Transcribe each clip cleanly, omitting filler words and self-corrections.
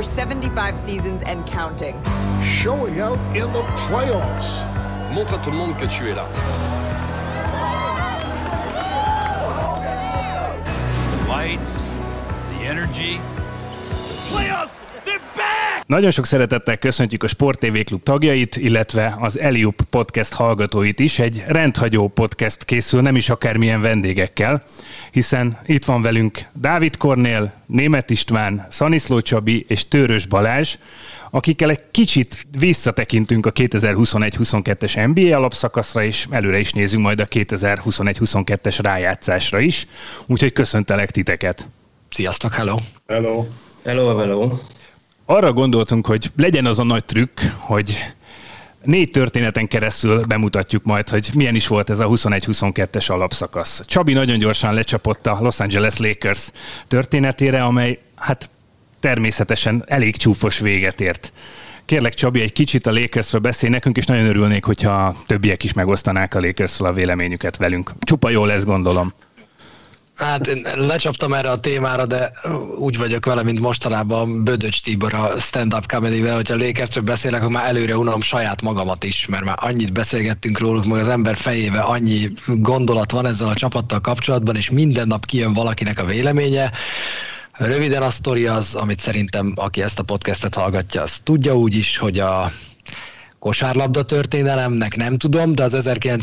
for 75 seasons and counting. Showing out in the playoffs. Montre à tout le monde que tu es là. The lights, the energy. The playoffs, they're back! Nagyon sok szeretettel köszöntjük a Sport TV Klub tagjait, illetve az Eliup Podcast hallgatóit is. Egy rendhagyó podcast készül, nem is akármilyen vendégekkel, hiszen itt van velünk Dávid Kornél, Németh István, Szaniszló Csabi és Tőrös Balázs, akikkel egy kicsit visszatekintünk a 2021-22-es NBA alapszakaszra, és előre is nézünk majd a 2021-22-es rájátszásra is. Úgyhogy köszöntelek titeket. Sziasztok, hello! Hello! Hello, hello! Arra gondoltunk, hogy legyen az a nagy trükk, hogy 4 történeten keresztül bemutatjuk majd, hogy milyen is volt ez a 21-22-es alapszakasz. Csabi nagyon gyorsan lecsapott a Los Angeles Lakers történetére, amely hát természetesen elég csúfos véget ért. Kérlek, Csabi, egy kicsit a Lakersről beszélj nekünk, és nagyon örülnék, hogyha a többiek is megosztanák a Lakersről a véleményüket velünk. Csupa jó lesz, gondolom. Hát én lecsaptam erre a témára, de úgy vagyok vele, mint mostanában Bödöcs Tibor a stand-up comedy-vel, hogyha Lakersről beszélek, akkor már előre unom saját magamat is, mert már annyit beszélgettünk róluk, meg az ember fejébe annyi gondolat van ezzel a csapattal kapcsolatban, és minden nap kijön valakinek a véleménye. Röviden a sztori az, amit szerintem aki ezt a podcastet hallgatja, az tudja úgy is, hogy a kosárlabda történelemnek nem tudom, de az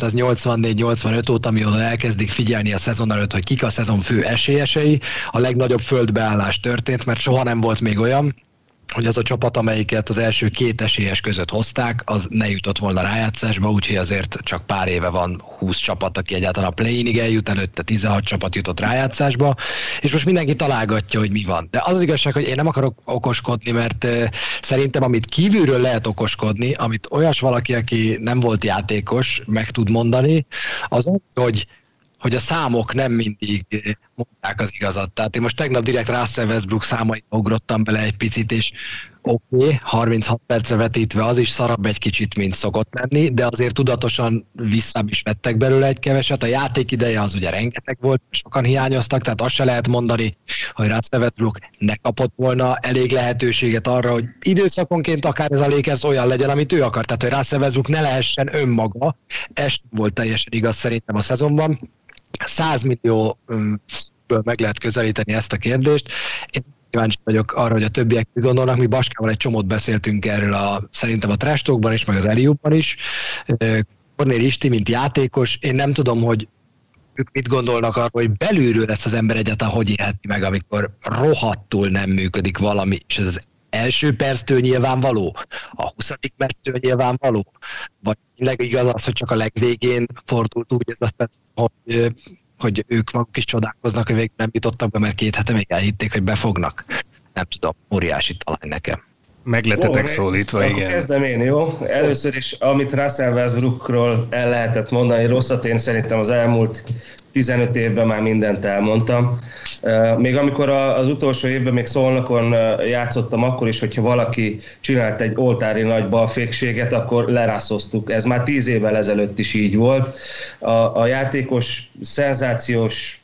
1984-85 óta, amióta elkezdik figyelni a szezon előtt, hogy kik a szezon fő esélyesei, a legnagyobb földbeállás történt, mert soha nem volt még olyan, hogy az a csapat, amelyiket az első 2 esélyes között hozták, az ne jutott volna rájátszásba, úgyhogy azért csak pár éve van 20 csapat, aki egyáltalán a play-inig eljut, előtte 16 csapat jutott rájátszásba, és most mindenki találgatja, hogy mi van. De az az igazság, hogy én nem akarok okoskodni, mert szerintem amit kívülről lehet okoskodni, amit olyas valaki, aki nem volt játékos, meg tud mondani, az, hogy a számok nem mindig mondják az igazat. Tehát én most tegnap direkt Russell Westbrook számait ugrottam bele egy picit, és oké, 36 percre vetítve az is szarabb egy kicsit, mint szokott lenni, de azért tudatosan visszább is vettek belőle egy keveset. A játék ideje az ugye rengeteg volt, sokan hiányoztak, tehát azt se lehet mondani, hogy Russell Westbrook ne kapott volna elég lehetőséget arra, hogy időszakonként akár ez a Lakers olyan legyen, amit ő akar. Tehát, hogy Russell Westbrook ne lehessen önmaga. Ez volt teljesen igaz szerintem a szezonban. 100 millió meg lehet közelíteni ezt a kérdést. Én kíváncsi vagyok arra, hogy a többiek mit gondolnak. Mi Baskával egy csomót beszéltünk erről szerintem a Trash Talkban is, meg az Eliupban is. Kornél Isti, mint játékos, én nem tudom, hogy ők mit gondolnak arról, hogy belülről ezt az ember egyáltalán hogy élheti meg, amikor rohadtul nem működik valami, és ez az első perctől nyilvánvaló, a 20. perctől nyilvánvaló, vagy tényleg igaz az, hogy csak a legvégén fordult úgy ez aztán, hogy ők maguk is csodálkoznak, hogy végül nem jutottak be, mert 2 hete még elhitték, hogy befognak. Nem tudom, óriási talán nekem. Megletetek szólítva, igen. Kezdem én, jó? Először is, amit Russell Westbrookról el lehetett mondani, rosszat én szerintem az elmúlt 15 évben már mindent elmondtam. Még amikor az utolsó évben még Szolnokon játszottam, akkor is, hogyha valaki csinált egy oltári nagy balfékséget, akkor lerászoztuk. Ez már 10 évvel ezelőtt is így volt. A játékos szenzációs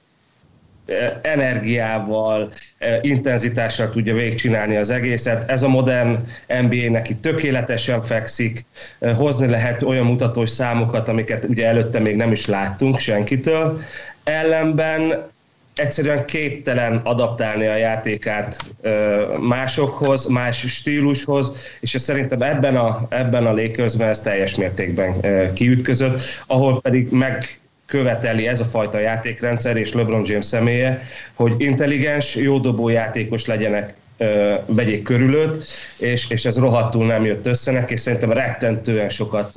energiával, intenzitással tudja végigcsinálni az egészet. Ez a modern NBA neki tökéletesen fekszik, hozni lehet olyan mutatós számokat, amiket ugye előtte még nem is láttunk senkitől. Ellenben egyszerűen képtelen adaptálni a játékát másokhoz, más stílushoz, és szerintem ebben a Lakersben ez teljes mértékben kiütközött, ahol pedig követeli ez a fajta játékrendszer és LeBron James személye, hogy intelligens, jódobó játékos legyenek, vegyék körülött, és ez rohadtul nem jött össze neki, és szerintem rettentően sokat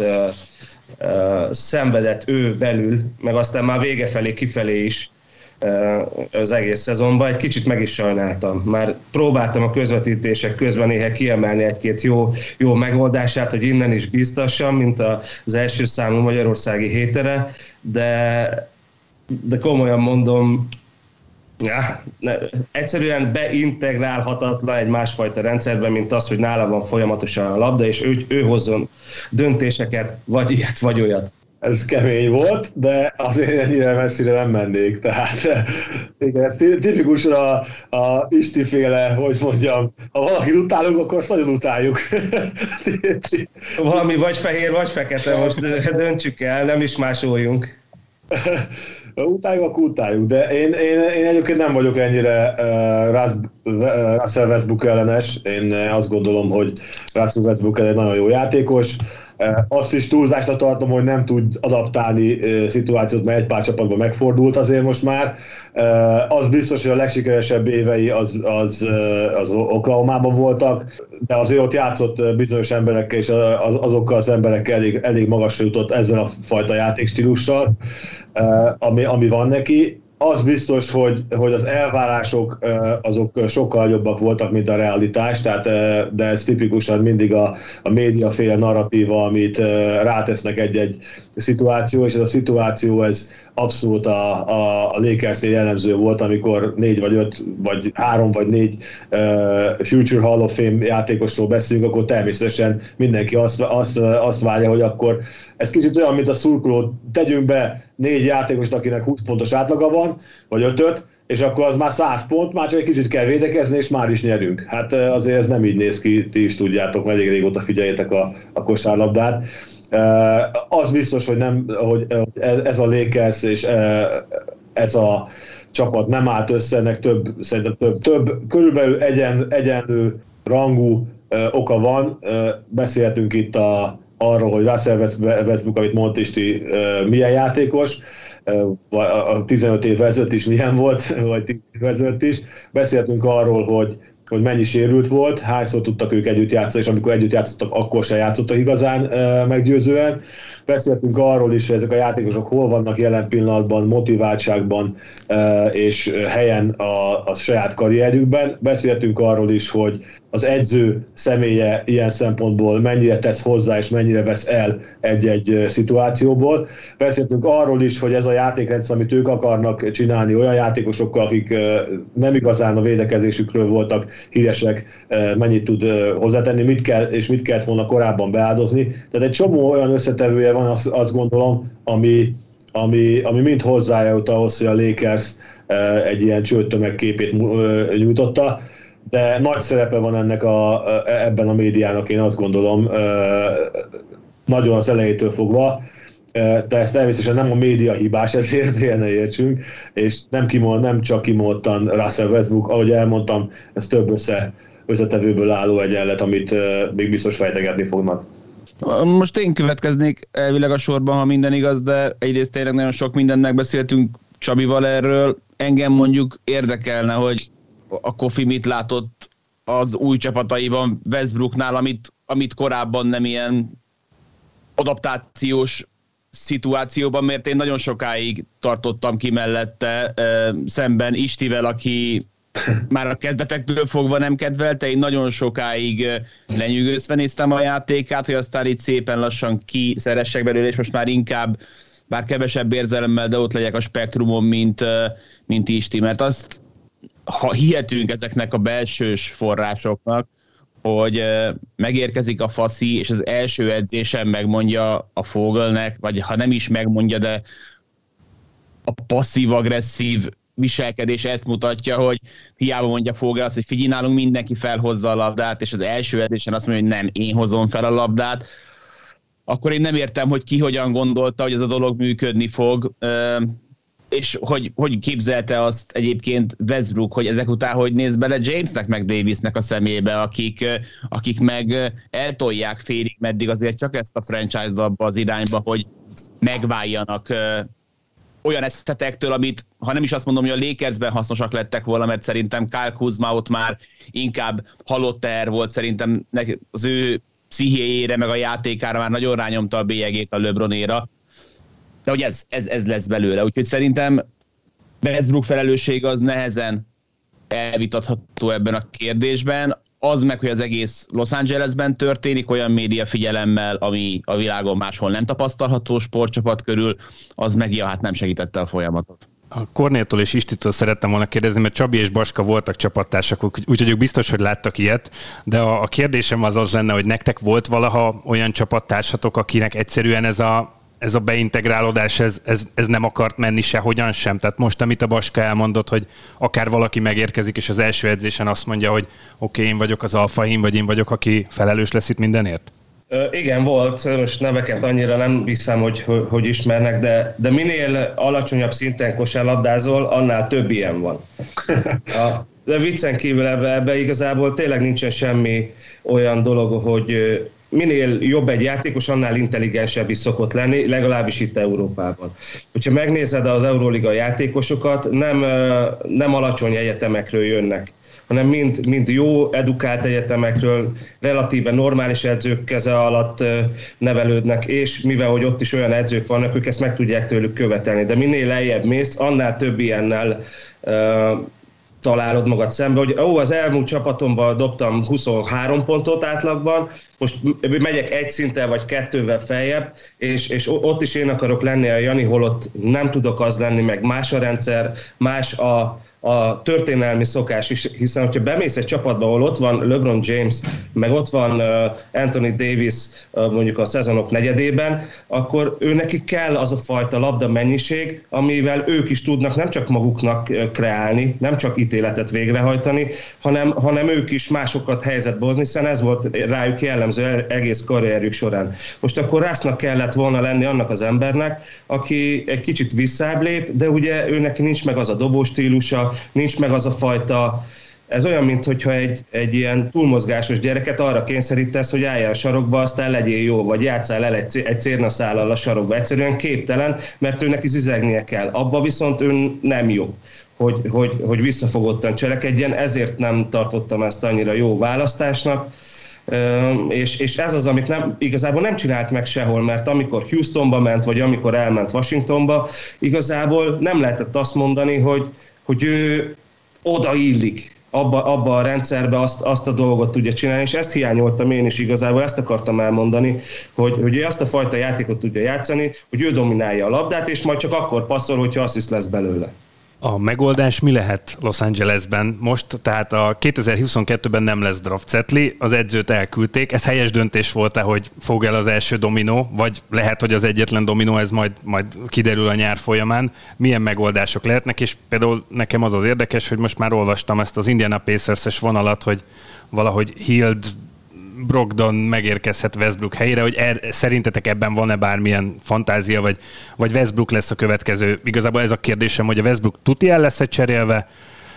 szenvedett ő belül, meg aztán már vége felé, kifelé is az egész szezonban. Egy kicsit meg is sajnáltam. Már próbáltam a közvetítések közben néha kiemelni egy-két jó megoldását, hogy innen is biztassam, mint az első számú magyarországi hétere, de komolyan mondom, egyszerűen beintegrálhatatlan egy másfajta rendszerben, mint az, hogy nála van folyamatosan a labda, és ő hozzon döntéseket, vagy ilyet, vagy olyat. ez kemény volt, de azért ennyire messzire nem mennék. Tehát igen, ez tipikusan a Isti-féle, hogy mondjam, ha valakit utálunk, akkor azt nagyon utáljuk. Valami vagy fehér, vagy fekete, most döntsük el, nem is másoljunk. Utáljuk, akkor utáljuk, de én egyébként nem vagyok ennyire Russell Westbrook ellenes. Én azt gondolom, hogy Russell Westbrook egy nagyon jó játékos. Azt is túlzásra tartom, hogy nem tud adaptálni szituációt, mert egy pár csapatban megfordult azért most már. Az biztos, hogy a legsikeresebb évei az Oklahomában voltak, de azért ott játszott bizonyos emberekkel, és azokkal az emberekkel elég magasra jutott ezzel a fajta játékstílussal, ami van neki. Az biztos, hogy az elvárások azok sokkal jobbak voltak, mint a realitás, tehát, de ez tipikusan mindig a médiaféle narratíva, amit rátesznek egy szituáció, és ez a szituáció ez abszolút a Lakersnél jellemző volt, amikor 4 vagy 5 vagy 3 vagy 4 Future Hall of Fame játékosról beszélünk, akkor természetesen mindenki azt várja, hogy akkor ez kicsit olyan, mint a szurkoló, tegyünk be 4 játékost, akinek 20 pontos átlaga van, vagy 5-öt, és akkor az már 100 pont, már csak egy kicsit kell védekezni, és már is nyerünk. Hát azért ez nem így néz ki, ti is tudjátok, mert elég régóta figyeljétek a kosárlabdát. Az biztos, hogy ez a Lakers és ez a csapat nem állt össze, ennek szerintem több körülbelül egyenlő rangú oka van. Beszéltünk itt arról, hogy Russell Westbrook, amit mondta Isti, milyen játékos, a 15 év ezelőtt is milyen volt, vagy 10 év ezelőtt is. Beszéltünk arról, hogy mennyi sérült volt, hányszor tudtak ők együtt játszani, és amikor együtt játszottak, akkor se játszottak igazán meggyőzően. Beszéltünk arról is, hogy ezek a játékosok hol vannak jelen pillanatban, motiváltságban és helyen a saját karrierjükben. Beszéltünk arról is, hogy az edző személye ilyen szempontból mennyire tesz hozzá és mennyire vesz el egy-egy szituációból. Beszéltünk arról is, hogy ez a játékrendszer, amit ők akarnak csinálni olyan játékosokkal, akik nem igazán a védekezésükről voltak híresek, mennyit tud hozzátenni, mit kellett volna korábban beáldozni. Tehát egy csomó olyan összetevője van, azt gondolom, ami mind hozzájárult ahhoz, hogy a Lakers egy ilyen csőttömeg képét nyújtotta. De nagy szerepe van ennek ebben a médiának, én azt gondolom, nagyon az elejétől fogva, de ez természetesen nem a média hibás, ezért ilyen ne értsünk, és nem csak kimondottan Russell Westbrook, ahogy elmondtam, ez több összetevőből álló egyenlet, amit még biztos fejtegetni fognak. Most én következnék elvileg a sorban, ha minden igaz, de egyrészt tényleg nagyon sok mindent megbeszéltünk Csabival erről. Engem mondjuk érdekelne, hogy a Kofi mit látott az új csapataiban Westbrooknál, amit korábban nem ilyen adaptációs szituációban, mert én nagyon sokáig tartottam ki mellette szemben Istivel, aki már a kezdetektől fogva nem kedvelte, én nagyon sokáig lenyűgözve néztem a játékát, hogy aztán itt szépen lassan kiszeressek belőle, és most már inkább, bár kevesebb érzelemmel, de ott legyek a spektrumon, mint Isti, mert azt, ha hihetünk ezeknek a belsős forrásoknak, hogy megérkezik a faszi, és az első edzésen megmondja a Fogelnek, vagy ha nem is megmondja, de a passzív-agresszív viselkedés ezt mutatja, hogy hiába mondja Fogel azt, hogy figyelj, nálunk mindenki felhozza a labdát, és az első edzésen azt mondja, hogy nem, én hozom fel a labdát, akkor én nem értem, hogy ki hogyan gondolta, hogy ez a dolog működni fog, és hogy képzelte azt egyébként Westbrook, hogy ezek után hogy néz bele Jamesnek meg Davisnek a szemébe, akik meg eltolják félig meddig azért csak ezt a franchise-t abba az irányba, hogy megváljanak olyan eszetektől, amit, ha nem is azt mondom, hogy a Lakersben hasznosak lettek volna, mert szerintem Kyle Kuzma ott már inkább halott teher volt, szerintem az ő pszichéjére, meg a játékára már nagyon rányomta a bélyegét a LeBronéra, de hogy ez lesz belőle. Úgyhogy szerintem Westbrook felelőssége az nehezen elvitatható ebben a kérdésben. Az meg, hogy az egész Los Angelesben történik, olyan média figyelemmel, ami a világon máshol nem tapasztalható sportcsapat körül, az meg hát nem segítette a folyamatot. A Kornéltól és Istitől szerettem volna kérdezni, mert Csabi és Baska voltak csapattársak, úgyhogy ők biztos, hogy láttak ilyet, de a kérdésem az lenne, hogy nektek volt valaha olyan csapattársatok, akinek egyszerűen ez a ez a beintegrálódás, ez nem akart menni sehogyan sem. Tehát most, amit a Baska elmondott, hogy akár valaki megérkezik, és az első edzésen azt mondja, hogy oké, én vagyok az alfaim, vagy én vagyok, aki felelős lesz itt mindenért? Igen, volt, most neveket annyira nem hiszem, hogy ismernek, de minél alacsonyabb szinten kosárlabdázol, annál több ilyen van. De viccen kívül ebbe igazából tényleg nincsen semmi olyan dolog, hogy minél jobb egy játékos, annál intelligensebb is szokott lenni, legalábbis itt Európában. Hogyha megnézed az Euróliga játékosokat, nem alacsony egyetemekről jönnek, hanem mind jó, edukált egyetemekről, relatíve normális edzők keze alatt nevelődnek, és mivel hogy ott is olyan edzők vannak, ők ezt meg tudják tőlük követelni. De minél lejjebb mész, annál több ilyennel találod magad szembe, hogy az elmúlt csapatomban dobtam 23 pontot átlagban, most megyek egy szinttel vagy kettővel feljebb, és ott is én akarok lenni a Jani, holott nem tudok az lenni, meg más a rendszer, más a történelmi szokás is, hiszen hogyha bemész egy csapatba, ahol ott van LeBron James, meg ott van Anthony Davis mondjuk a szezonok negyedében, akkor nekik kell az a fajta labda mennyiség, amivel ők is tudnak nem csak maguknak kreálni, nem csak ítéletet végrehajtani, hanem ők is másokat helyzetbe hozni, hiszen ez volt rájuk jellemző egész karrierjük során. Most akkor Russnak kellett volna lenni annak az embernek, aki egy kicsit visszább lép, de ugye ő neki nincs meg az a dobóstílusa, nincs meg az a fajta, ez olyan, mintha egy ilyen túlmozgásos gyereket arra kényszerítesz, hogy álljál a sarokba, aztán legyél jó, vagy játsszál el egy cérnaszállal a sarokba. Egyszerűen képtelen, mert ő neki zizegnie kell. Abba viszont ő nem jó, hogy visszafogottan cselekedjen, ezért nem tartottam ezt annyira jó választásnak. És ez az, amit igazából nem csinált meg sehol, mert amikor Houstonba ment, vagy amikor elment Washingtonba, igazából nem lehetett azt mondani, hogy ő odaillik abba a rendszerbe, azt a dolgot tudja csinálni, és ezt hiányoltam én is igazából, ezt akartam elmondani, hogy ő azt a fajta játékot tudja játszani, hogy ő dominálja a labdát, és majd csak akkor passzol, hogyha assziszt lesz belőle. A megoldás mi lehet Los Angelesben most? Tehát a 2022-ben nem lesz draft cetli, az edzőt elküldték. Ez helyes döntés volt-e, hogy fog el az első dominó, vagy lehet, hogy az egyetlen dominó, ez majd kiderül a nyár folyamán. Milyen megoldások lehetnek, és például nekem az érdekes, hogy most már olvastam ezt az Indiana Pacers-es vonalat, hogy valahogy Hield, Brogdon megérkezhet Westbrook helyére, hogy szerintetek ebben van-e bármilyen fantázia, vagy Westbrook lesz a következő? Igazából ez a kérdésem, hogy a Westbrook tuti el lesz nagyon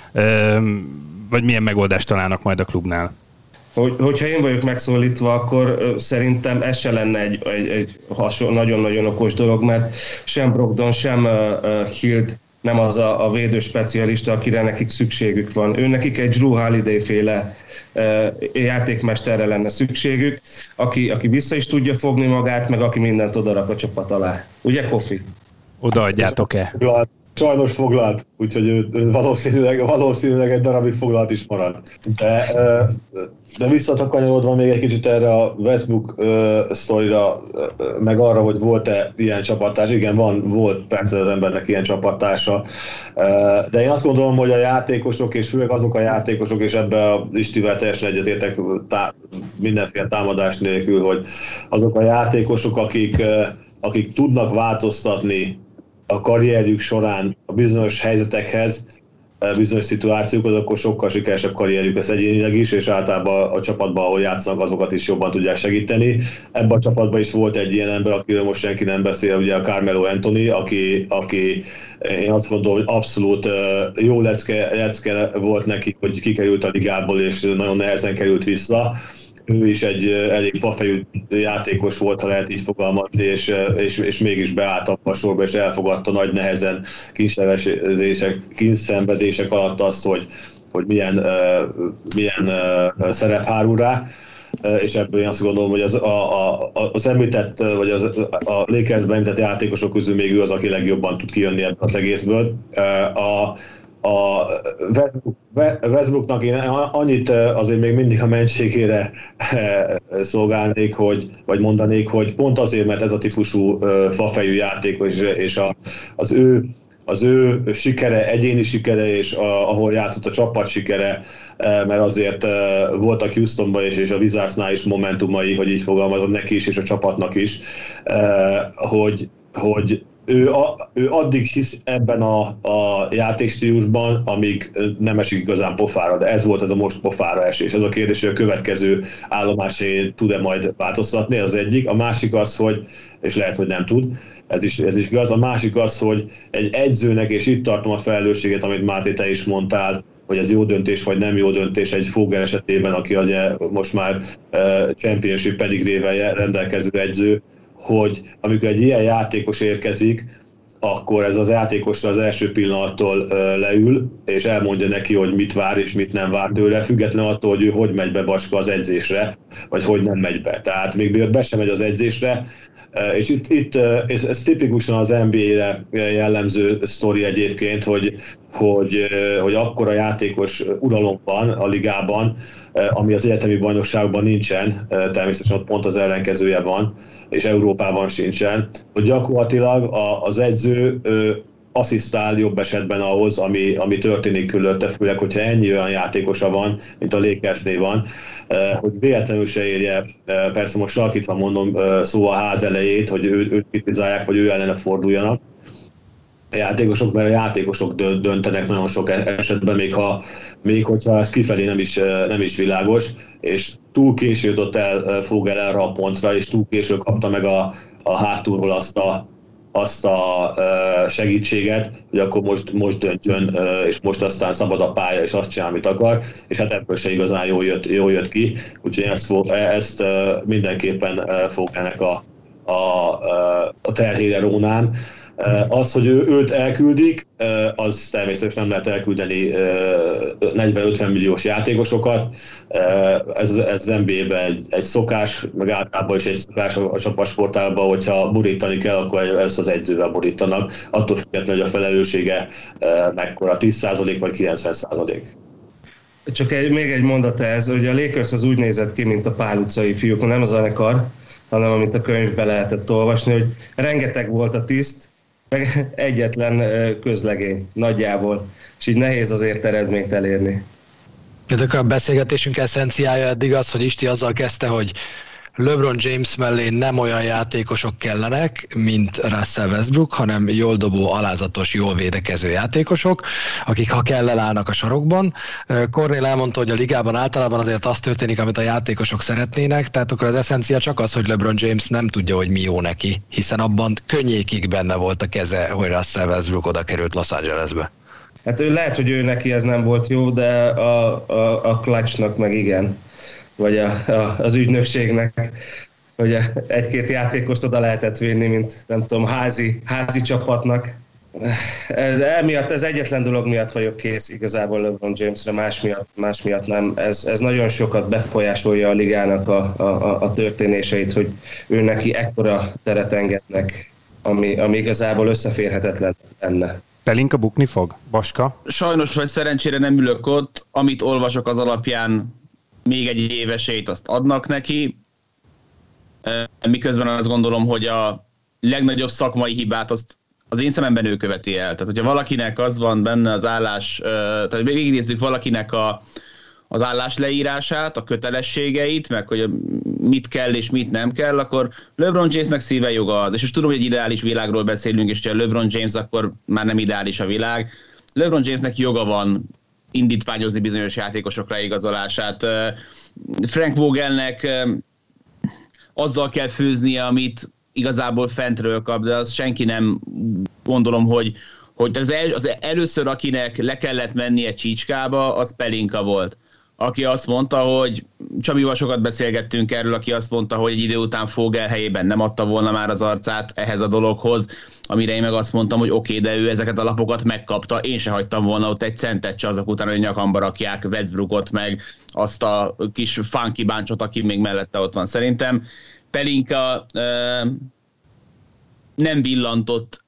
vagy milyen megoldást találnak majd a klubnál? Hogyha én vagyok megszólítva, akkor szerintem ez se lenne egy nagyon-nagyon okos dolog, mert sem Brogdon, sem Hield nem az a védő specialista, akire nekik szükségük van. Ő nekik egy Drew Holiday-féle játékmesterre lenne szükségük, aki vissza is tudja fogni magát, meg aki mindent odarak a csapat alá. Ugye, Kofi? Odaadjátok-e? Sajnos foglalt, úgyhogy ő valószínűleg egy darabig foglalt is marad. De visszakanyarodva még egy kicsit erre a Westbrook sztorira, meg arra, hogy volt-e ilyen csapattárs. Igen, volt persze az embernek ilyen csapattársa, de én azt gondolom, hogy a játékosok, és főleg azok a játékosok, és ebben a Istivel teljesen egyetértek mindenféle támadás nélkül, hogy azok a játékosok, akik tudnak változtatni a karrierjük során a bizonyos helyzetekhez, bizonyos szituációkhoz, akkor sokkal sikeresebb karrierjük lesz egyénileg is, és általában a csapatban, ahol játszanak, azokat is jobban tudják segíteni. Ebben a csapatban is volt egy ilyen ember, akiről most senki nem beszél, ugye a Carmelo Anthony, aki én azt gondolom, hogy abszolút jó lecke volt neki, hogy kikerült a ligából, és nagyon nehezen került vissza. Ő is egy elég fafejű játékos volt, ha lehet így fogalmazni, és mégis beállt abba a sorba, és elfogadta nagy nehezen kínszenvedések alatt azt, hogy milyen szerep hárul rá. És ebből én azt gondolom, hogy az említett, vagy a Lakersben említett játékosok közül még ő az, aki legjobban tud kijönni ebből az egészből. A Westbrooknak én annyit azért még mindig a mentségére szolgálnék, vagy mondanék, hogy pont azért, mert ez a típusú fafejű játékos, és az ő az ő sikere, egyéni sikere, és ahol játszott a csapat sikere, mert azért voltak Houstonban és a Wizardsnál is momentumai, hogy így fogalmazom, neki is és a csapatnak is, hogy ő addig hisz ebben a játékstílusban, amíg nem esik igazán pofára, de ez volt ez a most pofára esés. Ez a kérdés, hogy a következő állomásé tud-e majd változtatni, az egyik. A másik az, hogy, és lehet, hogy nem tud, ez is igaz. A másik az, hogy egy edzőnek, és itt tartom a felelősséget, amit Máté, te is mondtál, hogy ez jó döntés, vagy nem jó döntés egy Fogel esetében, aki ugye most már championship pedigrével rendelkező edző, hogy amikor egy ilyen játékos érkezik, akkor ez az játékosra az első pillanattól leül, és elmondja neki, hogy mit vár és mit nem vár tőle, független attól, hogy ő hogy megy be Baska az edzésre, vagy hogy nem megy be. Tehát még mielőtt be sem megy az edzésre, és itt ez tipikusan az NBA-re jellemző sztori egyébként, hogy akkora játékos uralom van a ligában, ami az egyetemi bajnokságban nincsen, természetesen ott pont az ellenkezője van, és Európában sincsen, hogy gyakorlatilag az edző asszisztál jobb esetben ahhoz, ami történik körülötte, főleg, hogyha ennyi olyan játékosa van, mint a Lakersnél van, hogy véletlenül se érje, persze most sarkítva mondom szó a ház elejét, hogy őt kritizálják, vagy ő ellene forduljanak a játékosok, mert a játékosok döntenek nagyon sok esetben, még hogyha ez kifelé nem is világos, és túl késő jutott el Fogel erre a pontra, és túl késő kapta meg a hátulról azt a segítséget, hogy akkor most döntsön, és most aztán szabad a pálya, és azt csinál, amit akar, és hát ebből se igazán jól jött ki, úgyhogy ezt mindenképpen Fogelnek a terhére rónán. Az, hogy őt elküldik, az természetesen nem lehet elküldeni 40-50 milliós játékosokat. Ez az NBA-ben egy szokás, meg általában is egy szokás a csapatsportálban, hogyha borítani kell, akkor ezt az edzővel borítanak. Attól függetlenül, hogy a felelőssége mekkora, 10% vagy 90%. Csak még egy mondat ez, hogy a Lakers az úgy nézett ki, mint a Pál utcai fiúk, nem a zenekar, hanem amit a könyvben lehetett olvasni, hogy rengeteg volt a tiszt, meg egyetlen közlegény nagyjából, és így nehéz azért eredményt elérni. De a beszélgetésünk eszenciája eddig az, hogy Isti azzal kezdte, hogy LeBron James mellé nem olyan játékosok kellenek, mint Russell Westbrook, hanem jól dobó, alázatos, jól védekező játékosok, akik ha kell elállnak a sarokban. Kornél elmondta, hogy a ligában általában azért az történik, amit a játékosok szeretnének, tehát akkor az eszencia csak az, hogy LeBron James nem tudja, hogy mi jó neki, hiszen abban könnyékig benne volt a keze, hogy Russell Westbrook oda került Los Angelesbe. Hát lehet, hogy ő neki ez nem volt jó, de a Clutchnak meg igen. Vagy az ügynökségnek, hogy egy-két játékost oda lehetett vinni, mint nem tudom, házi csapatnak. Ez egyetlen dolog miatt vagyok kész igazából LeBron Jamesre, más miatt nem. Ez nagyon sokat befolyásolja a ligának a történéseit, hogy ő neki ekkora teret engednek, ami igazából összeférhetetlen lenne. Pelinka bukni fog? Baska? Sajnos vagy szerencsére nem ülök ott, amit olvasok az alapján, még egy évesét azt adnak neki, miközben azt gondolom, hogy a legnagyobb szakmai hibát azt az én szememben ő követi el. Tehát, hogyha valakinek az van benne az állás, tehát végignézzük valakinek az állás leírását, a kötelességeit, meg hogy mit kell és mit nem kell, akkor LeBron Jamesnek szíve joga az. És most tudom, hogy egy ideális világról beszélünk, és ha LeBron James, akkor már nem ideális a világ. LeBron Jamesnek joga van indítványozni bizonyos játékosokra igazolását. Frank Vogelnek azzal kell főznie, amit igazából fentről kap, de az senki nem, gondolom, hogy az először, akinek le kellett mennie Csícskába, az Pelinka volt. Aki azt mondta, hogy Csabival sokat beszélgettünk erről, aki azt mondta, hogy egy idő után Vogel helyében nem adta volna már az arcát ehhez a dologhoz, amire én meg azt mondtam, hogy oké, de ő ezeket a lapokat megkapta, én se hagytam volna ott egy centet se azok után, hogy nyakamba rakják Westbrookot, meg azt a kis funky báncsot, aki még mellette ott van. Szerintem Pelinka nem villantott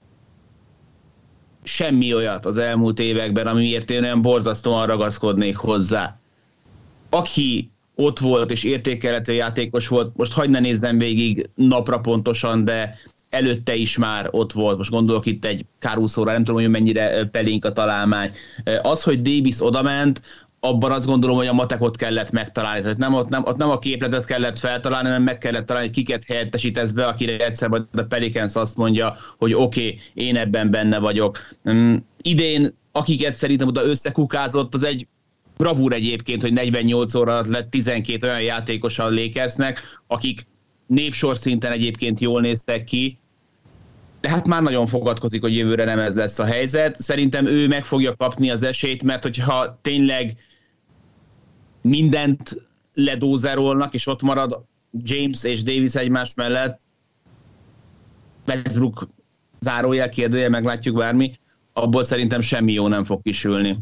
semmi olyat az elmúlt években, amiért én olyan borzasztóan ragaszkodnék hozzá. Aki ott volt és értékelhető játékos volt, most hagyd ne nézzem végig napra pontosan, de előtte is már ott volt, most gondolok itt egy Caruso-ra, nem tudom, hogy mennyire pelénk a találmány. Az, hogy Davis odament, abban azt gondolom, hogy a matekot kellett megtalálni. Tehát ott nem a képletet kellett feltalálni, hanem meg kellett találni, hogy kiket helyettesítesz be, akire egyszer majd a Pelicans azt mondja, hogy oké, én ebben benne vagyok. Idén, akiket szerintem oda összekukázott, az egy bravúr egyébként, hogy 48 óra lett 12 olyan játékos a Lakersnek, akik népsor szinten egyébként jól néztek ki, de hát már nagyon fogadkozik, hogy jövőre nem ez lesz a helyzet. Szerintem ő meg fogja kapni az esélyt, mert hogyha tényleg mindent ledózerolnak, és ott marad James és Davis egymás mellett, Westbrook zárójel, kérdőjel, meglátjuk bármi, abból szerintem semmi jó nem fog kisülni.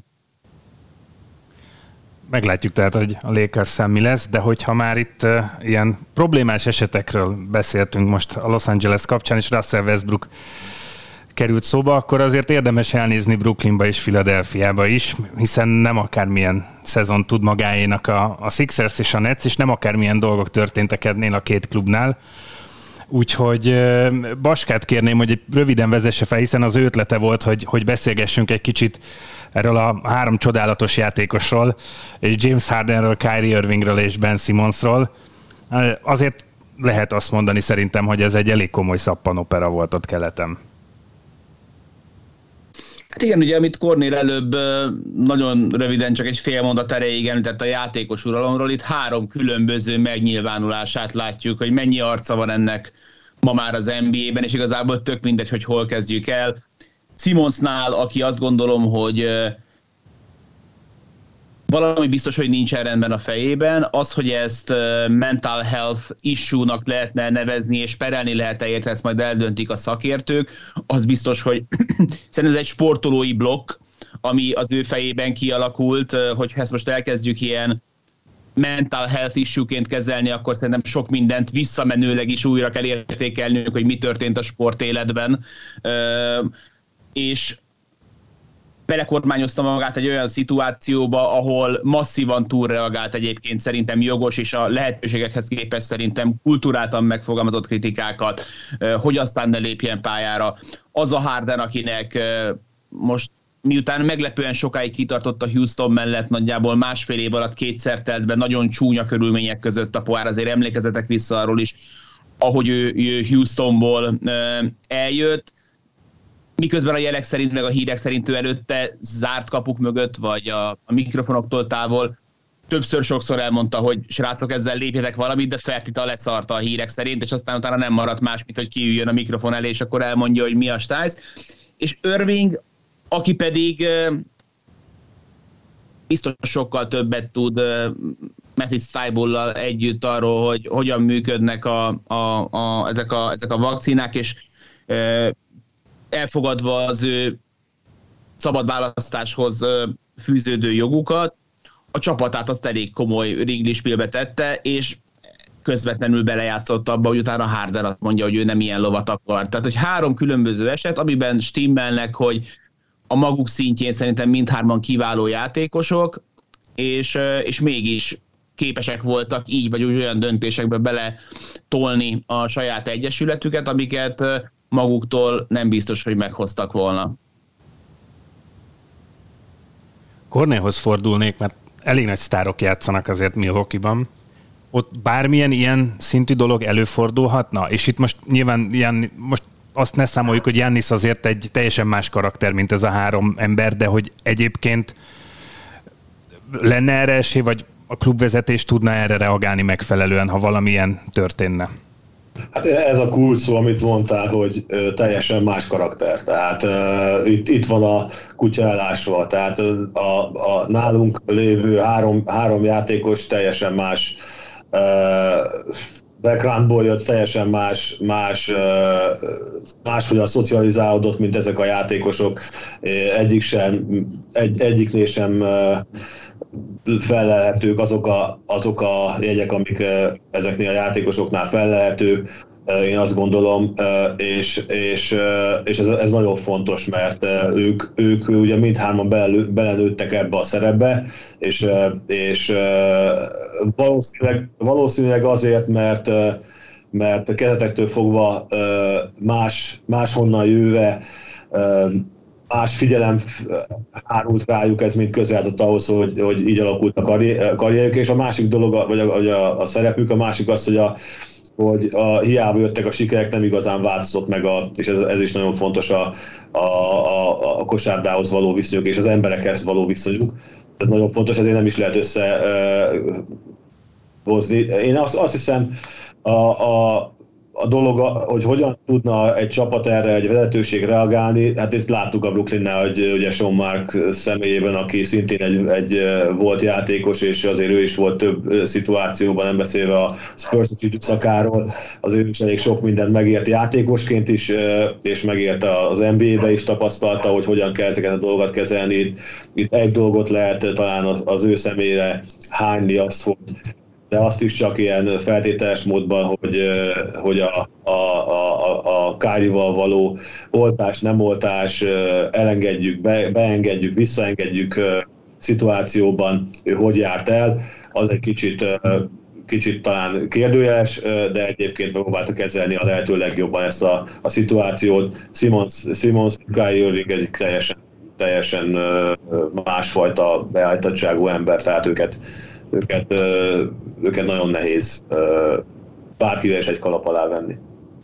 Meglátjuk tehát, hogy a Lakers-szel mi lesz, de hogyha már itt ilyen problémás esetekről beszéltünk most a Los Angeles kapcsán, és Russell Westbrook került szóba, akkor azért érdemes elnézni Brooklynba és Philadelphiába is, hiszen nem akármilyen szezon tud magáénak a Sixers és a Nets, és nem akármilyen dolgok történtek ennél a két klubnál. Úgyhogy Baskát kérném, hogy röviden vezesse fel, hiszen az ő ötlete volt, hogy beszélgessünk egy kicsit erről a három csodálatos játékosról, James Hardenről, Kyrie Irvingről és Ben Simmonsról. Azért lehet azt mondani szerintem, hogy ez egy elég komoly szappanopera volt ott keleten. Hát igen, ugye, amit Kornél előbb nagyon röviden, csak egy fél mondat erejéig említett a játékos uralomról, itt három különböző megnyilvánulását látjuk, hogy mennyi arca van ennek ma már az NBA-ben, és igazából tök mindegy, hogy hol kezdjük el. Simmonsnál, aki azt gondolom, hogy valami biztos, hogy nincsen rendben a fejében, az, hogy ezt mental health issue-nak lehetne nevezni, és perelni lehet-e érte, ezt majd eldöntik a szakértők, az biztos, hogy szerintem ez egy sportolói blokk, ami az ő fejében kialakult, hogyha ezt most elkezdjük ilyen mental health issue-ként kezelni, akkor szerintem sok mindent visszamenőleg is újra kell értékelnünk, hogy mi történt a sportéletben, és belekormányozta magát egy olyan szituációba, ahol masszívan túlreagált egyébként szerintem jogos, és a lehetőségekhez képest szerintem kulturáltan megfogalmazott kritikákat, hogy aztán ne lépjen pályára. Az a Harden, akinek most miután meglepően sokáig kitartott a Houston mellett, nagyjából másfél év alatt kétszer telt be nagyon csúnya körülmények között a pohár, azért emlékezetek vissza arról is, ahogy ő Houstonból eljött, miközben a jelek szerint, meg a hírek szerint ő előtte zárt kapuk mögött, vagy a mikrofonoktól távol sokszor elmondta, hogy srácok, ezzel lépjetek valamit, de Fertita leszarta a hírek szerint, és aztán utána nem maradt más, mint hogy kiüljön a mikrofon elé, és akkor elmondja, hogy mi a stájsz. És Irving, aki pedig biztos sokkal többet tud Matisse Thybullal együtt arról, hogy hogyan működnek ezek a vakcinák, és elfogadva az ő szabad választáshoz fűződő jogukat, a csapatát azt elég komoly ringlispélbe tette, és közvetlenül belejátszott abba, hogy utána Harden azt mondja, hogy ő nem ilyen lovat akar. Tehát, hogy három különböző eset, amiben stimmelnek, hogy a maguk szintjén szerintem mindhárman kiváló játékosok, és mégis képesek voltak így vagy úgy olyan döntésekbe bele tolni a saját egyesületüket, amiket maguktól nem biztos, hogy meghoztak volna. Kornéhoz fordulnék, mert elég nagy sztárok játszanak azért Milwaukee-ban. Ott bármilyen ilyen szintű dolog előfordulhatna? És itt most nyilván most azt ne számoljuk, hogy Giannis azért egy teljesen más karakter, mint ez a három ember, de hogy egyébként lenne erre esély, vagy a klubvezetés tudna erre reagálni megfelelően, ha valamilyen történne? Hát ez a kulcs szó, amit mondtál, hogy teljesen más karakter. Tehát itt van a kutya elásva. Tehát a nálunk lévő három játékos teljesen más backgroundból jött, teljesen máshogyan szocializálódott, mint ezek a játékosok. Egyiknél sem fellelhetők azok a jegyek, amik ezeknél a játékosoknál fellelhetők, én azt gondolom, és ez nagyon fontos, mert ők ugye mindhárman belenőttek ebbe a szerepbe, és valószínűleg azért, mert mert a kezdetektől fogva máshonnan jöve más figyelem árult rájuk, ez mind közrejátszott ahhoz, hogy így alakult a karrierjük, és a másik dolog, vagy a szerepük, a másik az, hogy a hiába jöttek a sikerek, nem igazán változott meg, és ez is nagyon fontos a kosárdához való viszonyuk, és az emberekhez való viszonyuk. Ez nagyon fontos, ezért nem is lehet összehozni. Én azt hiszem, a dolog, hogy hogyan tudna egy csapat erre, egy vezetőség reagálni, hát ezt láttuk a Brooklynnál, hogy ugye Sean Marks személyében, aki szintén egy volt játékos, és azért ő is volt több szituációban, nem beszélve a Spurs-os időszakáról, azért is elég sok mindent megért játékosként is, és megért az NBA-be is tapasztalta, hogy hogyan kell ezeket a dolgokat kezelni. Itt egy dolgot lehet talán az ő személyre hányni azt, de azt is csak ilyen feltételes módban, hogy a Kyrie-val való oltás, nem oltás, elengedjük, beengedjük, visszaengedjük szituációban, ő hogy járt el, az egy kicsit talán kérdőjeles, de egyébként megpróbálta kezelni a lehető legjobban ezt a szituációt. Simmons Kyrie Irving egy teljesen másfajta beállítottságú ember, tehát őket nagyon nehéz bárkivel is egy kalap alá venni.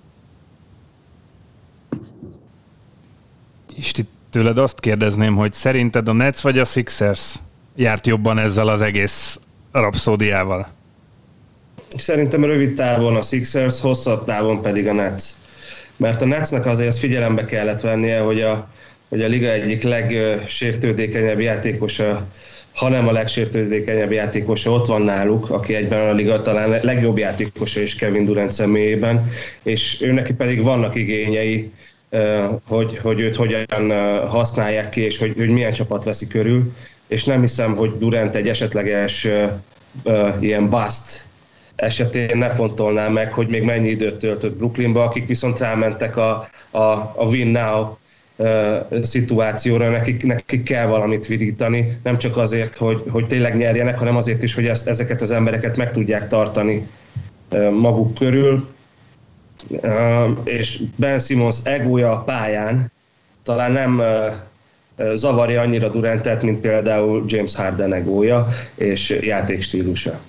Isti, tőled azt kérdezném, hogy szerinted a Nets vagy a Sixers járt jobban ezzel az egész rapszódiával? Szerintem rövid távon a Sixers, hosszabb távon pedig a Nets. Mert a Netsnek azért figyelembe kellett vennie, hogy a liga egyik legsértődékenyebb játékosa, hanem a legsértődékenyebb játékosa ott van náluk, aki egyben a liga talán legjobb játékosa is Kevin Durant személyében, és őneki pedig vannak igényei, hogy őt hogyan használják ki, és hogy milyen csapat veszi körül, és nem hiszem, hogy Durant egy esetleges ilyen bust esetén ne fontolná meg, hogy még mennyi időt töltött Brooklynba, akik viszont rámentek a win now szituációra, nekik kell valamit virítani, nem csak azért, hogy tényleg nyerjenek, hanem azért is, hogy ezeket az embereket meg tudják tartani maguk körül. És Ben Simmons egója a pályán talán nem zavarja annyira Durantet, mint például James Harden egója és játékstílusa.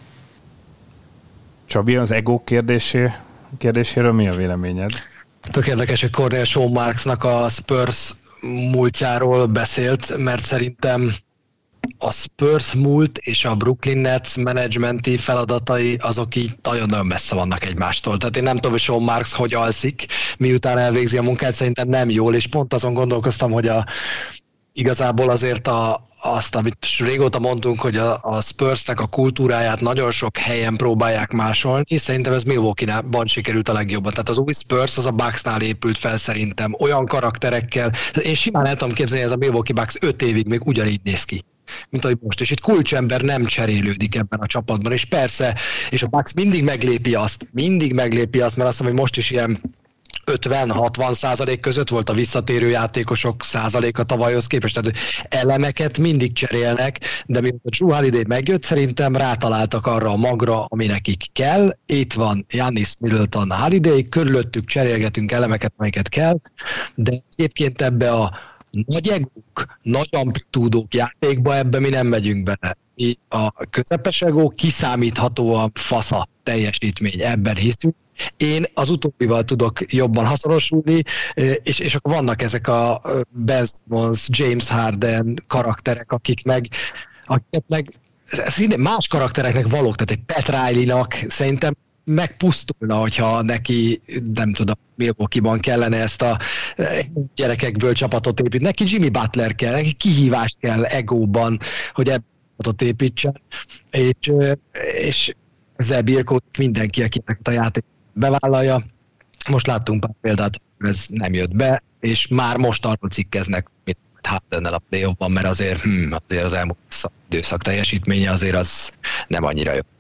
Csabi, az ego kérdéséről mi a véleményed? Tök érdekes, hogy Cornell Sean Marksnak a Spurs múltjáról beszélt, mert szerintem a Spurs múlt és a Brooklyn Nets menedzsmenti feladatai azok így nagyon-nagyon messze vannak egymástól. Tehát én nem tudom, hogy Sean Marks hogy alszik, miután elvégzi a munkát, szerintem nem jól, és pont azon gondolkoztam, hogy igazából azért azt, amit régóta mondtunk, hogy a Spursnek a kultúráját nagyon sok helyen próbálják másolni, és szerintem ez Milwaukee-ban sikerült a legjobban. Tehát az új Spurs az a Bucksnál épült fel szerintem, olyan karakterekkel. Én simán el tudom képzelni, ez a Milwaukee Bucks 5 évig még ugyanígy néz ki, mint ahogy most. És itt kulcsember nem cserélődik ebben a csapatban, és persze, és a Bucks mindig meglépi azt, mert azt mondom, hogy most is ilyen 50-60% között volt a visszatérő játékosok százaléka tavalyhoz képest, tehát elemeket mindig cserélnek, de miután Jrue Holiday megjött, szerintem rátaláltak arra a magra, ami nekik kell. Itt van Giannis, Middleton, Holiday, körülöttük cserélgetünk elemeket, amiket kell, de egyébként ebbe a nagy egók, nagy amplitúdók játékba ebbe mi nem megyünk bele. Mi a közepes egó kiszámíthatóan fasza teljesítmény, ebben hiszünk. Én az utóbbival tudok jobban hasonlósulni, és akkor vannak ezek a Ben Simmons, James Harden karakterek, akiket meg szintén más karaktereknek valók, tehát egy Pat Riley-nak szerintem megpusztulna, hogyha neki, nem tudom, Milwaukee-ban kellene ezt a gyerekekből csapatot építeni. Neki Jimmy Butler kell, neki kihívást kell egóban, hogy ebből csapatot építsen, és ezzel birkódik mindenki, akinek a játék bevállalja. Most láttunk pár példát, ez nem jött be, és már most arról cikkeznek, mint Hardennel a play-offban, mert azért az elmúlt időszak teljesítménye azért az nem annyira jó.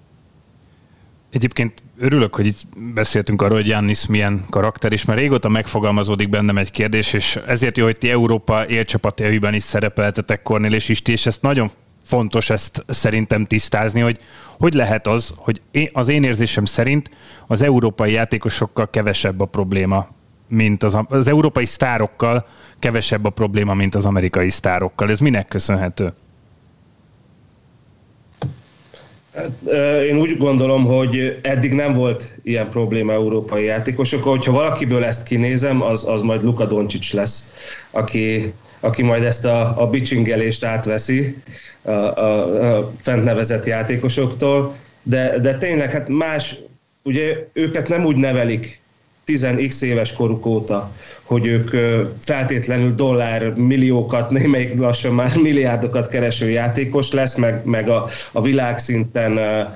Egyébként örülök, hogy itt beszéltünk arról, hogy Giannis milyen karakter, és már régóta megfogalmazódik bennem egy kérdés, és ezért jó, hogy ti Európa élcsapatjaiban is szerepeltetek, Kornél és Isti, és ezt nagyon fontos ezt szerintem tisztázni, hogy lehet az, hogy az én érzésem szerint az európai játékosokkal kevesebb a probléma, mint az európai sztárokkal kevesebb a probléma, mint az amerikai sztárokkal. Ez minek köszönhető? Én úgy gondolom, hogy eddig nem volt ilyen probléma európai játékosokkal. Hogyha valakiből ezt kinézem, az majd Luka Doncic lesz, aki majd ezt a bitchingelést átveszi a fent nevezett játékosoktól. De tényleg, hát más, ugye őket nem úgy nevelik 10x éves koruk óta, hogy ők feltétlenül dollármilliókat, némelyik lassan már milliárdokat kereső játékos lesz, meg a világszinten,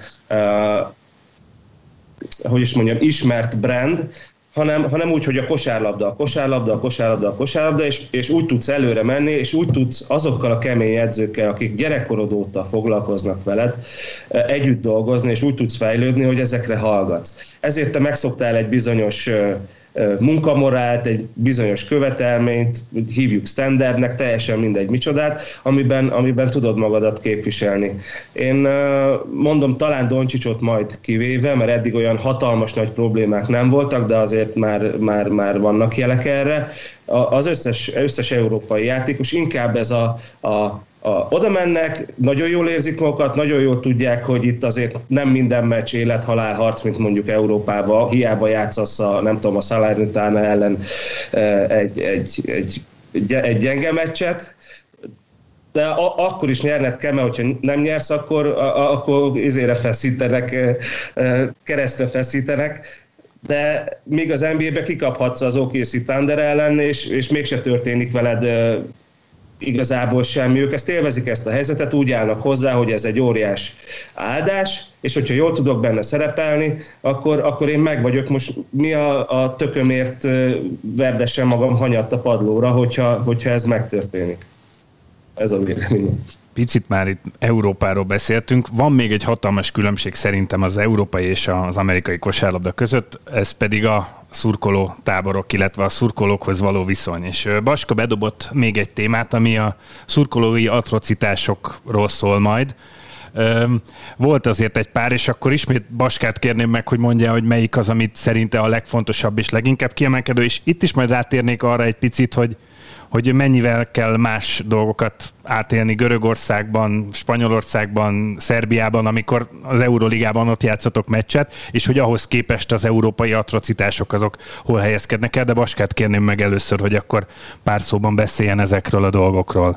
hogy is mondjam, ismert brand, hanem úgy, hogy a kosárlabda, és úgy tudsz előre menni, és úgy tudsz azokkal a kemény edzőkkel, akik gyerekkorod óta foglalkoznak veled, együtt dolgozni, és úgy tudsz fejlődni, hogy ezekre hallgatsz. Ezért te megszoktál egy bizonyos munkamorált, egy bizonyos követelményt, hívjuk standardnek, teljesen mindegy micsodát, amiben tudod magadat képviselni. Én mondom, talán Doncsicsot majd kivéve, mert eddig olyan hatalmas nagy problémák nem voltak, de azért már vannak jelek erre. Az összes európai játékos inkább ez oda mennek, nagyon jól érzik magukat, nagyon jól tudják, hogy itt azért nem minden meccs élet-halál harc, mint mondjuk Európában, hiába játszasz a Salernitana ellen egy gyenge meccset, de akkor is nyerned kell, mert hogyha nem nyersz, akkor izére feszítenek, keresztre feszítenek, de míg az NBA-be kikaphatsz az OKC Thunder ellen, és mégse történik veled igazából semmi. Ők ezt élvezik, ezt a helyzetet, úgy állnak hozzá, hogy ez egy óriás áldás, és hogyha jól tudok benne szerepelni, akkor én meg vagyok. Most mi a tökömért verdessem magam hanyatt a padlóra, hogyha ez megtörténik. Ez a véleményem. Picit már itt Európáról beszéltünk. Van még egy hatalmas különbség szerintem az európai és az amerikai kosárlabda között, ez pedig a szurkoló táborok, illetve a szurkolókhoz való viszony. És Baska bedobott még egy témát, ami a szurkolói atrocitásokról szól majd. Volt azért egy pár, és akkor ismét Baskát kérném meg, hogy mondja, hogy melyik az, amit szerinte a legfontosabb és leginkább kiemelkedő, és itt is majd rátérnék arra egy picit, hogy mennyivel kell más dolgokat átélni Görögországban, Spanyolországban, Szerbiában, amikor az Euróligában ott játszatok meccset, és hogy ahhoz képest az európai atrocitások azok hol helyezkednek el, de Baskát kérném meg először, hogy akkor pár szóban beszéljen ezekről a dolgokról.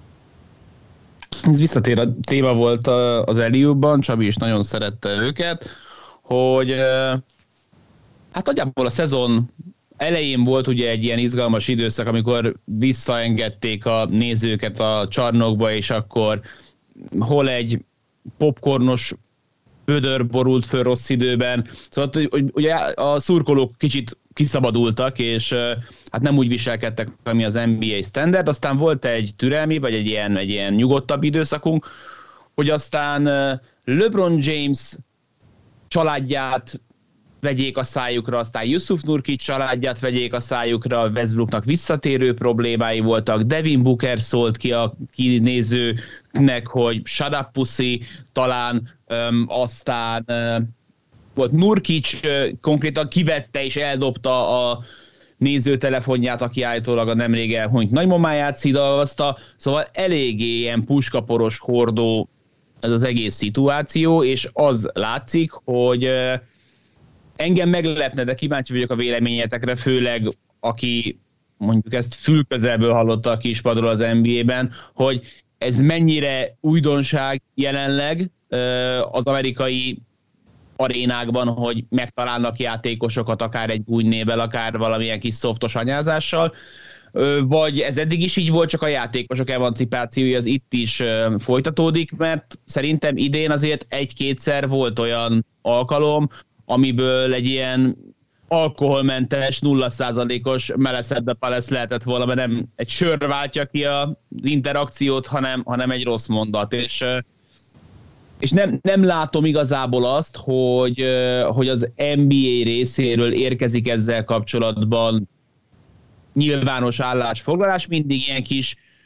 Ez visszatér a téma volt az Eliubban, Csabi is nagyon szerette őket, hogy hát nagyjából a szezon elején volt ugye egy ilyen izgalmas időszak, amikor visszaengedték a nézőket a csarnokba, és akkor hol egy popcornos vödör borult föl rossz időben. Szóval hogy ugye a szurkolók kicsit kiszabadultak, és hát nem úgy viselkedtek, ami az NBA standard. Aztán volt egy türelmi, vagy egy ilyen nyugodtabb időszakunk, hogy aztán LeBron James családját vegyék a szájukra, aztán Jusuf Nurkic családját vegyék a szájukra, Westbrooknak visszatérő problémái voltak, Devin Booker szólt ki a kinézőknek, hogy shut up pussy, talán aztán volt Nurkic, konkrétan kivette és eldobta a nézőtelefonját, aki állítólag a nemrég elhunyt nagymamáját szidalmazta, szóval eléggé ilyen puskaporos hordó ez az egész szituáció, és az látszik, hogy engem meglepne, de kíváncsi vagyok a véleményetekre, főleg aki mondjuk ezt fülközelből hallotta a kispadról az NBA-ben, hogy ez mennyire újdonság jelenleg az amerikai arénákban, hogy megtalálnak játékosokat akár egy új névvel, akár valamilyen kis szoftos anyázással, vagy ez eddig is így volt, csak a játékosok emancipációja az itt is folytatódik, mert szerintem idén azért egy-kétszer volt olyan alkalom, amiből egy ilyen alkoholmentes, 0%-os Meleszed de Palace lehetett volna, mert nem egy sör váltja ki az interakciót, hanem egy rossz mondat. És nem látom igazából azt, hogy az NBA részéről érkezik ezzel kapcsolatban nyilvános állásfoglalás, mindig ilyen kis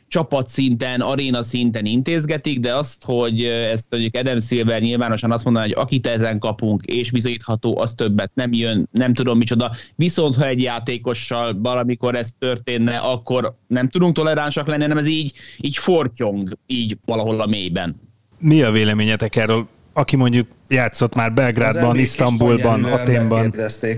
csapatszinten, aréna szinten intézgetik, de azt, hogy ezt mondjuk Adam Silver nyilvánosan azt mondaná, hogy akit ezen kapunk, és bizonyítható, az többet nem jön, nem tudom micsoda. Viszont ha egy játékossal valamikor ez történne, akkor nem tudunk toleránsak lenni, hanem ez így fortyong, így valahol a mélyben. Mi a véleményetek erről, aki mondjuk játszott már Belgrádban, Isztambulban, Athénban?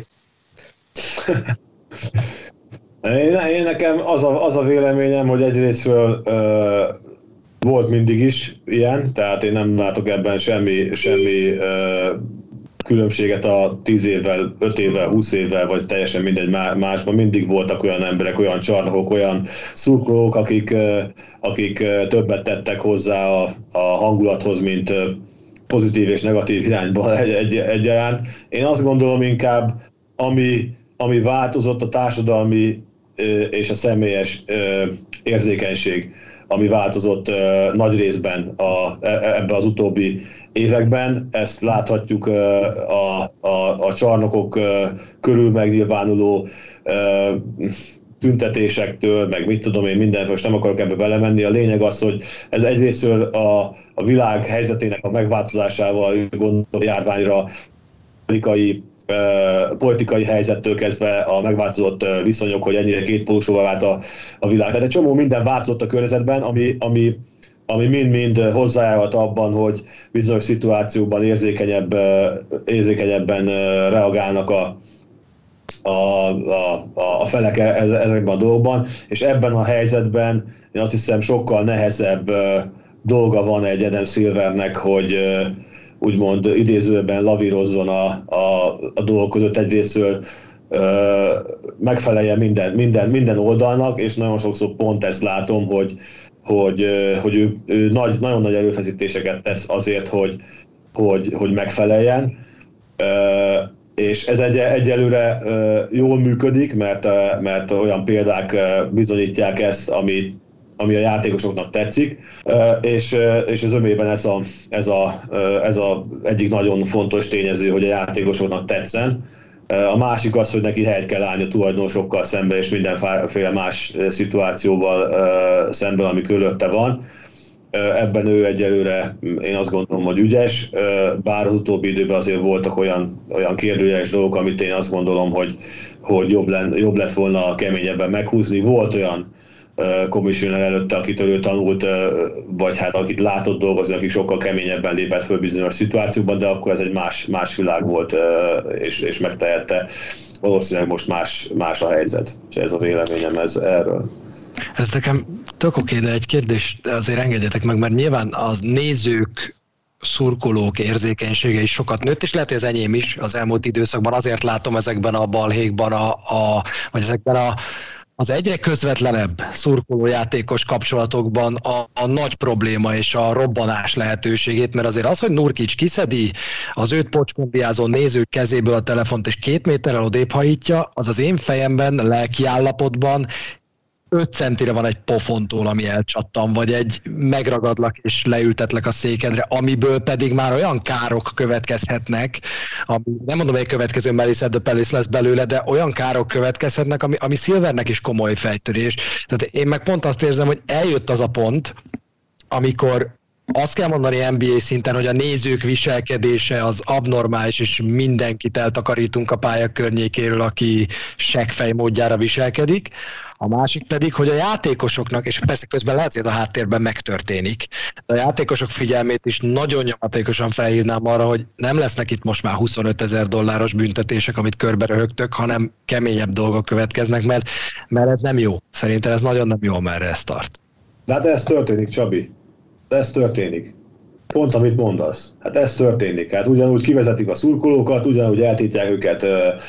Én nekem az a véleményem, hogy egyrésztről volt mindig is ilyen, tehát én nem látok ebben semmi különbséget a 10 évvel, 5 évvel, 20 évvel, vagy teljesen mindegy másban. Mindig voltak olyan emberek, olyan csarnokok, olyan szurkolók, akik többet tettek hozzá a hangulathoz, mint pozitív és negatív irányba egyaránt. Én azt gondolom inkább, ami változott, a társadalmi és a személyes érzékenység, ami változott nagy részben ebben az utóbbi években. Ezt láthatjuk a csarnokok körül megnyilvánuló tüntetésektől, meg mit tudom én, mindenféle, most nem akarok ebbe belemenni. A lényeg az, hogy ez egyrésztről a világ helyzetének a megváltozásával, gondolom járványra, politikai helyzettől kezdve a megváltozott viszonyok, hogy ennyire kétpólusúvá vált a világ. Tehát egy csomó minden változott a környezetben, ami mind-mind hozzájárult abban, hogy bizonyos szituációkban érzékenyebben reagálnak a felek ezekben a dolgokban, és ebben a helyzetben én azt hiszem sokkal nehezebb dolga van egy Adam Silvernek, hogy úgymond idézőben lavírozzon a dolgok között. Egyrésztről megfelelje minden oldalnak, és nagyon sokszor pont ezt látom, hogy ő nagyon nagy erőfeszítéseket tesz azért, hogy megfeleljen. És ez egyelőre jól működik, mert olyan példák bizonyítják ezt, ami a játékosoknak tetszik, és az ömében ez a egyik nagyon fontos tényező, hogy a játékosoknak tetszen. A másik az, hogy neki helyet kell állni a tulajdonosokkal szemben, és mindenféle más szituációval szemben, ami körülötte van. Ebben ő egyelőre én azt gondolom, hogy ügyes, bár az utóbbi időben azért voltak olyan kérdőjeles dolgok, amit én azt gondolom, hogy jobb lett volna keményebben meghúzni. Volt olyan commissioner előtte, akitől ő tanult, vagy hát akit látott dolgozni, aki sokkal keményebben lépett föl bizonyos szituációkban, de akkor ez egy más világ volt, és megtehette. Valószínűleg most más a helyzet, és ez a véleményem erről. Ez nekem tök oké, de egy kérdés azért engedjetek meg, mert nyilván az nézők, szurkolók érzékenysége is sokat nőtt, és lehet, hogy az enyém is az elmúlt időszakban. Azért látom ezekben a balhékban, vagy ezekben az egyre közvetlenebb szurkolójátékos kapcsolatokban a nagy probléma és a robbanás lehetőségét, mert azért az, hogy Nurkic kiszedi az őt pocskondiázó nézők kezéből a telefont és 2 méterrel odébb hajítja, az én fejemben, lelki állapotban 5 centire van egy pofontól, ami elcsattam, vagy egy megragadlak és leültetlek a székedre, amiből pedig már olyan károk következhetnek, ami, nem mondom, hogy egy következő Melissa the Palace lesz belőle, de olyan károk következhetnek, ami Silvernek is komoly fejtörés. Tehát én meg pont azt érzem, hogy eljött az a pont, amikor azt kell mondani NBA szinten, hogy a nézők viselkedése az abnormális, és mindenkit eltakarítunk a pálya környékéről, aki seggfej módjára viselkedik. A másik pedig, hogy a játékosoknak, és persze közben lehet, hogy ez a háttérben megtörténik, de a játékosok figyelmét is nagyon nyomatékosan felhívnám arra, hogy nem lesznek itt most már $25,000 büntetések, amit körbe röhögtök, hanem keményebb dolgok következnek, mert ez nem jó. Szerintem ez nagyon nem jó, amerre ez tart. De hát ez történik, Csabi. De ez történik. Pont amit mondasz. Hát ez történik. Hát ugyanúgy kivezetik a szurkolókat, ugyanúgy eltiltják őket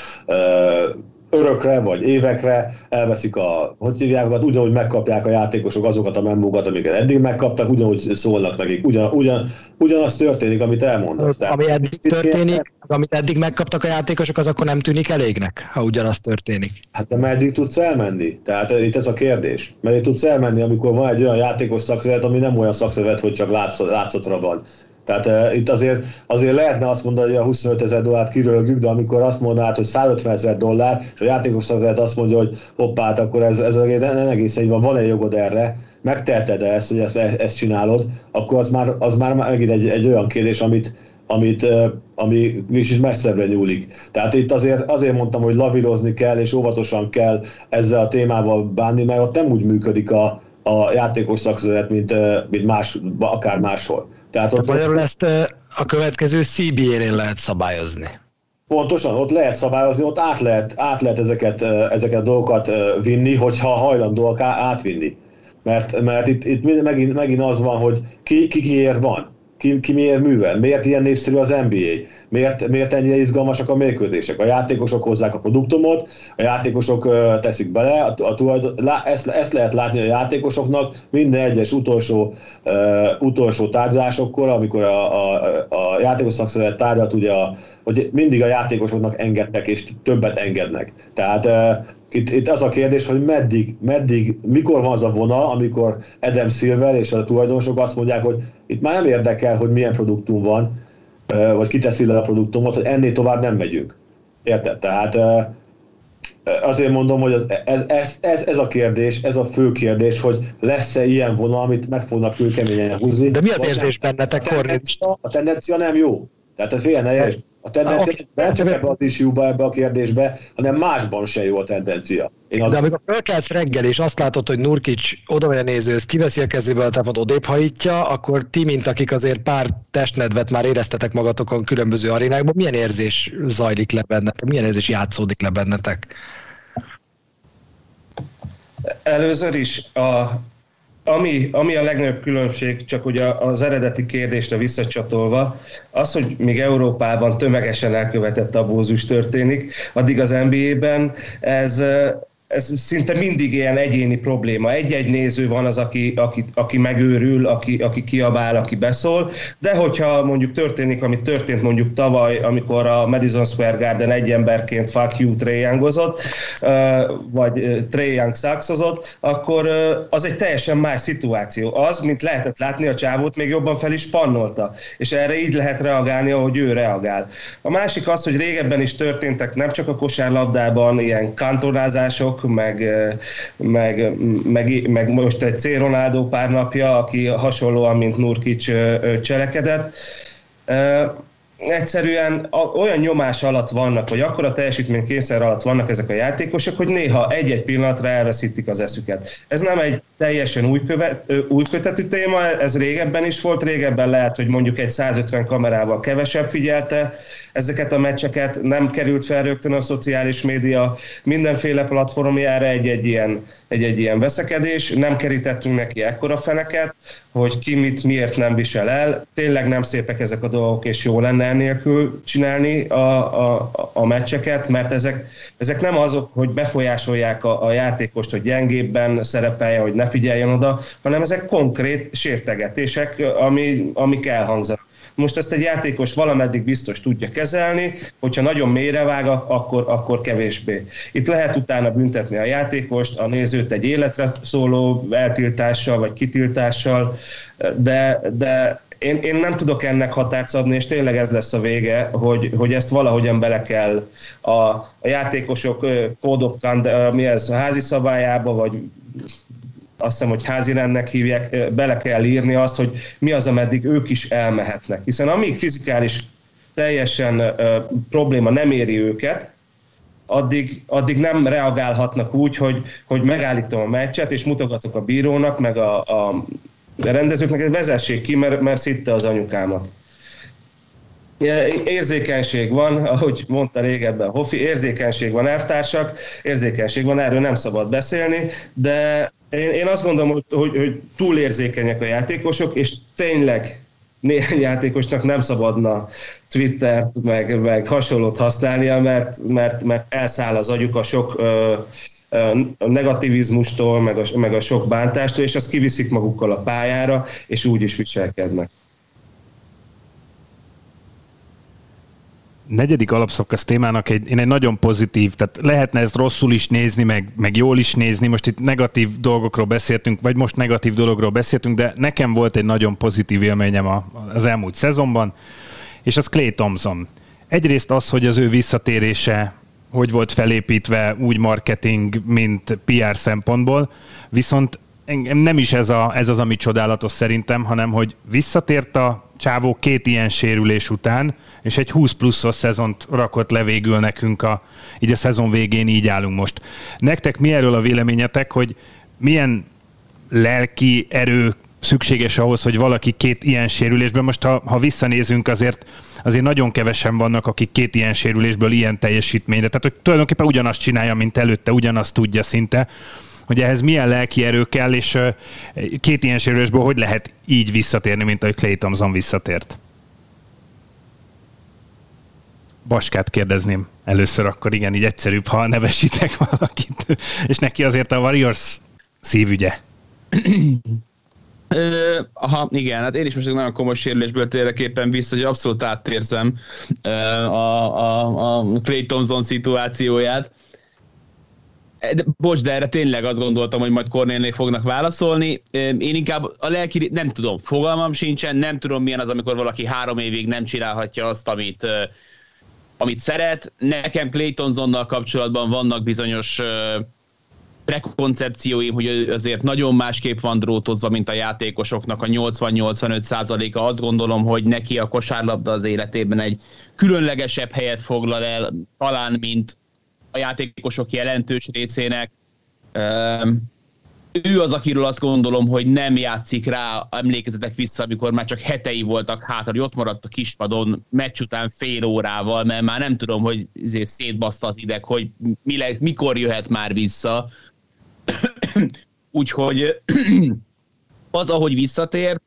örökre vagy évekre, elveszik ugyanúgy megkapják a játékosok azokat a memókat, amiket eddig megkaptak, ugyanúgy szólnak nekik. Ugyanaz történik, amit elmondasz. Ami eddig történik, amit eddig megkaptak a játékosok, az akkor nem tűnik elégnek, ha ugyanaz történik. Hát de meddig tudsz elmenni? Tehát itt ez a kérdés. Meddig tudsz elmenni, amikor van egy olyan játékos szakszervezet, ami nem olyan szakszervezet, hogy csak látszatra van. Tehát itt azért lehetne azt mondani, hogy a $25,000 kirölgük, de amikor azt mondanád, hogy $150,000, és a játékos szakszervezet azt mondja, hogy hoppát, akkor ez nem egészen így van egy jogod erre, megteheted ezt, hogy ezt csinálod, akkor az már megint egy olyan kérdés, ami is messzebbre nyúlik. Tehát itt azért mondtam, hogy lavírozni kell, és óvatosan kell ezzel a témával bánni, mert ott nem úgy működik a játékos szakszervezet, mint akár máshol. Tehát ott magyarul ezt a következő CBA-nél lehet szabályozni. Pontosan, ott lehet szabályozni, ott át lehet ezeket a dolgokat vinni, hogyha hajlandóak átvinni. Mert itt megint az van, hogy kiért van. Ki miért művel? Miért ilyen népszerű az NBA? Miért ennyire izgalmasak a mérkőzések? A játékosok hozzák a produktumot, a játékosok teszik bele, ezt lehet látni a játékosoknak minden egyes utolsó tárgyalásokkor, amikor a játékos szakszervezet tárgyalt, ugye, hogy mindig a játékosoknak engedtek, és többet engednek. Tehát itt az a kérdés, hogy mikor van az a vonal, amikor Adam Silver és a tulajdonosok azt mondják, hogy itt már nem érdekel, hogy milyen produktum van, vagy kiteszi le a produktumot, hogy ennél tovább nem megyünk. Érted? Tehát azért mondom, hogy ez a kérdés, ez a fő kérdés, hogy lesz-e ilyen vonal, amit meg fognak kőkeményen húzni. De mi az érzés bennetek, Kornél? A tendencia nem jó. Tehát félne, a tendencia nem csak ebbe az issue-ba, ebbe a kérdésbe, hanem másban se jó a tendencia. De amikor felkelsz reggel, és azt látod, hogy Nurkic odamegy a nézőhöz, kiveszi a kezébe a telefont, odébbhajítja, akkor ti, mint akik azért pár testnedvet már éreztetek magatokon különböző arénákban, milyen érzés zajlik le bennetek, milyen érzés játszódik le bennetek? Először is ami a legnagyobb különbség, csak ugye az eredeti kérdésre visszacsatolva, az, hogy még Európában tömegesen elkövetett abúzus történik, addig az NBA-ben ez szinte mindig ilyen egyéni probléma. Egy-egy néző van az, aki megőrül, aki kiabál, aki beszól, de hogyha mondjuk történik, ami történt mondjuk tavaly, amikor a Madison Square Garden egy emberként fuck you Trae Youngozott, vagy Trae Young szakszozott, akkor az egy teljesen más szituáció. Az, mint lehetett látni, a csávót még jobban fel is pannolta, és erre így lehet reagálni, ahogy ő reagál. A másik az, hogy régebben is történtek nem csak a kosárlabdában ilyen kantorázások, meg most egy C. Ronaldo pár napja, aki hasonlóan, mint Nurkic cselekedett. Egyszerűen olyan nyomás alatt vannak, vagy akkora teljesítménykényszer alatt vannak ezek a játékosok, hogy néha egy-egy pillanatra elveszítik az eszüket. Ez nem egy teljesen új kötetű téma, ez régebben is volt, régebben lehet, hogy mondjuk egy 150 kamerával kevesebb figyelte ezeket a meccseket, nem került fel rögtön a szociális média mindenféle platformjára egy ilyen veszekedés, nem kerítettünk neki ekkora feneket, hogy ki mit miért nem visel el. Tényleg nem szépek ezek a dolgok, és jó lenne ennélkül csinálni a meccseket, mert ezek nem azok, hogy befolyásolják a játékost, hogy gyengébben szerepeljen, hogy ne figyeljen oda, hanem ezek konkrét sértegetések, amik elhangzanak. Most ezt egy játékos valameddig biztos tudja kezelni, hogyha nagyon mélyre vág, akkor kevésbé. Itt lehet utána büntetni a játékost, a nézőt egy életre szóló eltiltással vagy kitiltással, de én nem tudok ennek határt szabni, és tényleg ez lesz a vége, hogy ezt valahogyan bele kell a játékosok Code of Conduct, mi ez, a házi szabályába, vagy azt hiszem, hogy házirendnek hívják, bele kell írni azt, hogy mi az, ameddig ők is elmehetnek. Hiszen amíg fizikális teljesen probléma nem éri őket, addig nem reagálhatnak úgy, hogy megállítom a meccset, és mutogatok a bírónak, meg a rendezőknek, hogy vezessék ki, mert szitte az anyukámat. Érzékenység van, ahogy mondta régebben Hofi, érzékenység van, elvtársak, érzékenység van, erről nem szabad beszélni, de én azt gondolom, hogy túlérzékenyek a játékosok, és tényleg néhány játékosnak nem szabadna Twittert, meg hasonlót használnia, mert elszáll az agyuk a sok negativizmustól, meg a sok bántástól, és azt kiviszik magukkal a pályára, és úgy is viselkednek. negyedik alapszakasz témának én egy nagyon pozitív, tehát lehetne ezt rosszul is nézni, meg jól is nézni, most itt negatív dolgokról beszéltünk, vagy most negatív dologról beszéltünk, de nekem volt egy nagyon pozitív élményem az elmúlt szezonban, és az Klay Thompson. Egyrészt az, hogy az ő visszatérése hogy volt felépítve úgy marketing, mint PR szempontból, viszont nem is ez az, ami csodálatos szerintem, hanem hogy visszatért a csávó 2 ilyen sérülés után, és egy 20 pluszos szezont rakott le végül nekünk így a szezon végén, így állunk most. Nektek mi erről a véleményetek, hogy milyen lelki erő szükséges ahhoz, hogy valaki 2 ilyen sérülésből, most ha visszanézünk, azért nagyon kevesen vannak, akik 2 ilyen sérülésből ilyen teljesítményre, tehát hogy tulajdonképpen ugyanazt csinálja, mint előtte, ugyanazt tudja szinte, hogy ehhez milyen lelki erő kell, és 2 ilyen sérülésből hogy lehet így visszatérni, mint ahogy Klay Thompson visszatért? Baskát kérdezném először, akkor igen, így egyszerűbb, ha nevesítek valakit, és neki azért a Warriors szívügye. Igen, hát én is most egy nagyon komoly sérülésből térek éppen vissza, hogy abszolút átérzem a Klay Thompson szituációját. De erre tényleg azt gondoltam, hogy majd Kornélék fognak válaszolni. Én inkább a lelki, nem tudom, fogalmam sincsen, nem tudom milyen az, amikor valaki 3 évig nem csinálhatja azt, amit szeret. Nekem Klay Thompsonnal kapcsolatban vannak bizonyos prekoncepcióim, hogy azért nagyon másképp van drótozva, mint a játékosoknak a 80-85%-a. Azt gondolom, hogy neki a kosárlabda az életében egy különlegesebb helyet foglal el, talán mint a játékosok jelentős részének. Ő az, akiről azt gondolom, hogy nem játszik rá, emlékezetek vissza, amikor már csak hetei voltak hátra, hogy ott maradt a kispadon meccs után fél órával, mert már nem tudom, hogy szétbaszta az ideg, hogy mikor jöhet már vissza. Úgyhogy az, ahogy visszatért,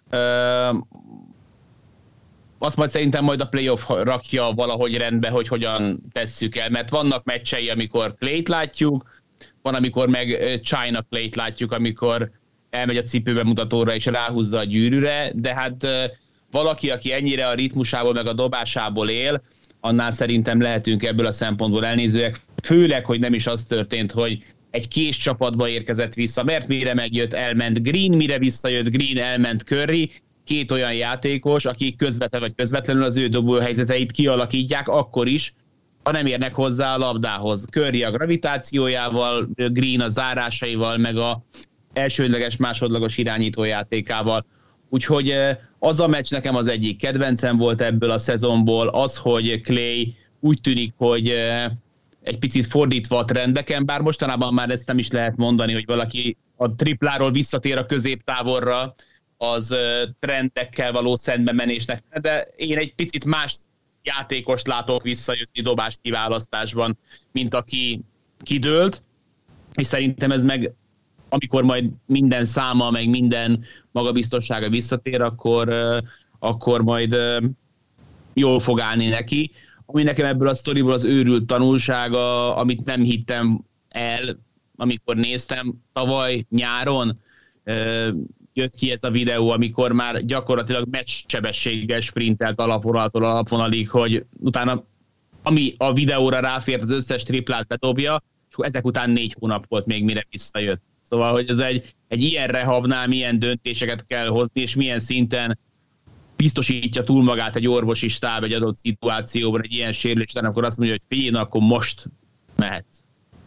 azt majd szerintem majd a playoff rakja valahogy rendbe, hogy hogyan tesszük el, mert vannak meccsei, amikor Clayt látjuk, van, amikor meg China Clayt látjuk, amikor elmegy a cipőbemutatóra és ráhúzza a gyűrűre, de hát valaki, aki ennyire a ritmusából meg a dobásából él, annál szerintem lehetünk ebből a szempontból elnézőek, főleg, hogy nem is az történt, hogy egy kés csapatba érkezett vissza, mert mire megjött, elment Green, mire visszajött Green, elment Curry, 2 olyan játékos, akik közvetlenül vagy közvetlenül az ő dobóhelyzeteit kialakítják, akkor is, ha nem érnek hozzá a labdához. Curry a gravitációjával, Green a zárásaival, meg a elsődleges, másodlagos irányítójátékával. Úgyhogy az a meccs nekem az egyik kedvencem volt ebből a szezonból, az, hogy Klay úgy tűnik, hogy egy picit fordítva a trendeken, bár mostanában már ezt nem is lehet mondani, hogy valaki a tripláról visszatér a középtávolra, az trendekkel való szembemenésnek, de én egy picit más játékost látok visszajönni dobás kiválasztásban, mint aki kidőlt, és szerintem ez meg, amikor majd minden száma, meg minden magabiztossága visszatér, akkor majd jól fog állni neki. Ami nekem ebből a sztoriból az őrült tanulsága, amit nem hittem el, amikor néztem tavaly nyáron, jött ki ez a videó, amikor már gyakorlatilag meccssebességgel sprintelt alaponalig, hogy utána, ami a videóra ráfért, az összes triplát bedobja, és ezek után 4 hónap volt még, mire visszajött. Szóval, hogy ez egy ilyen rehabnál milyen döntéseket kell hozni, és milyen szinten biztosítja túl magát egy orvosi stáb egy adott szituációban, egy ilyen sérülésen, akkor azt mondja, hogy figyelj, akkor most mehetsz.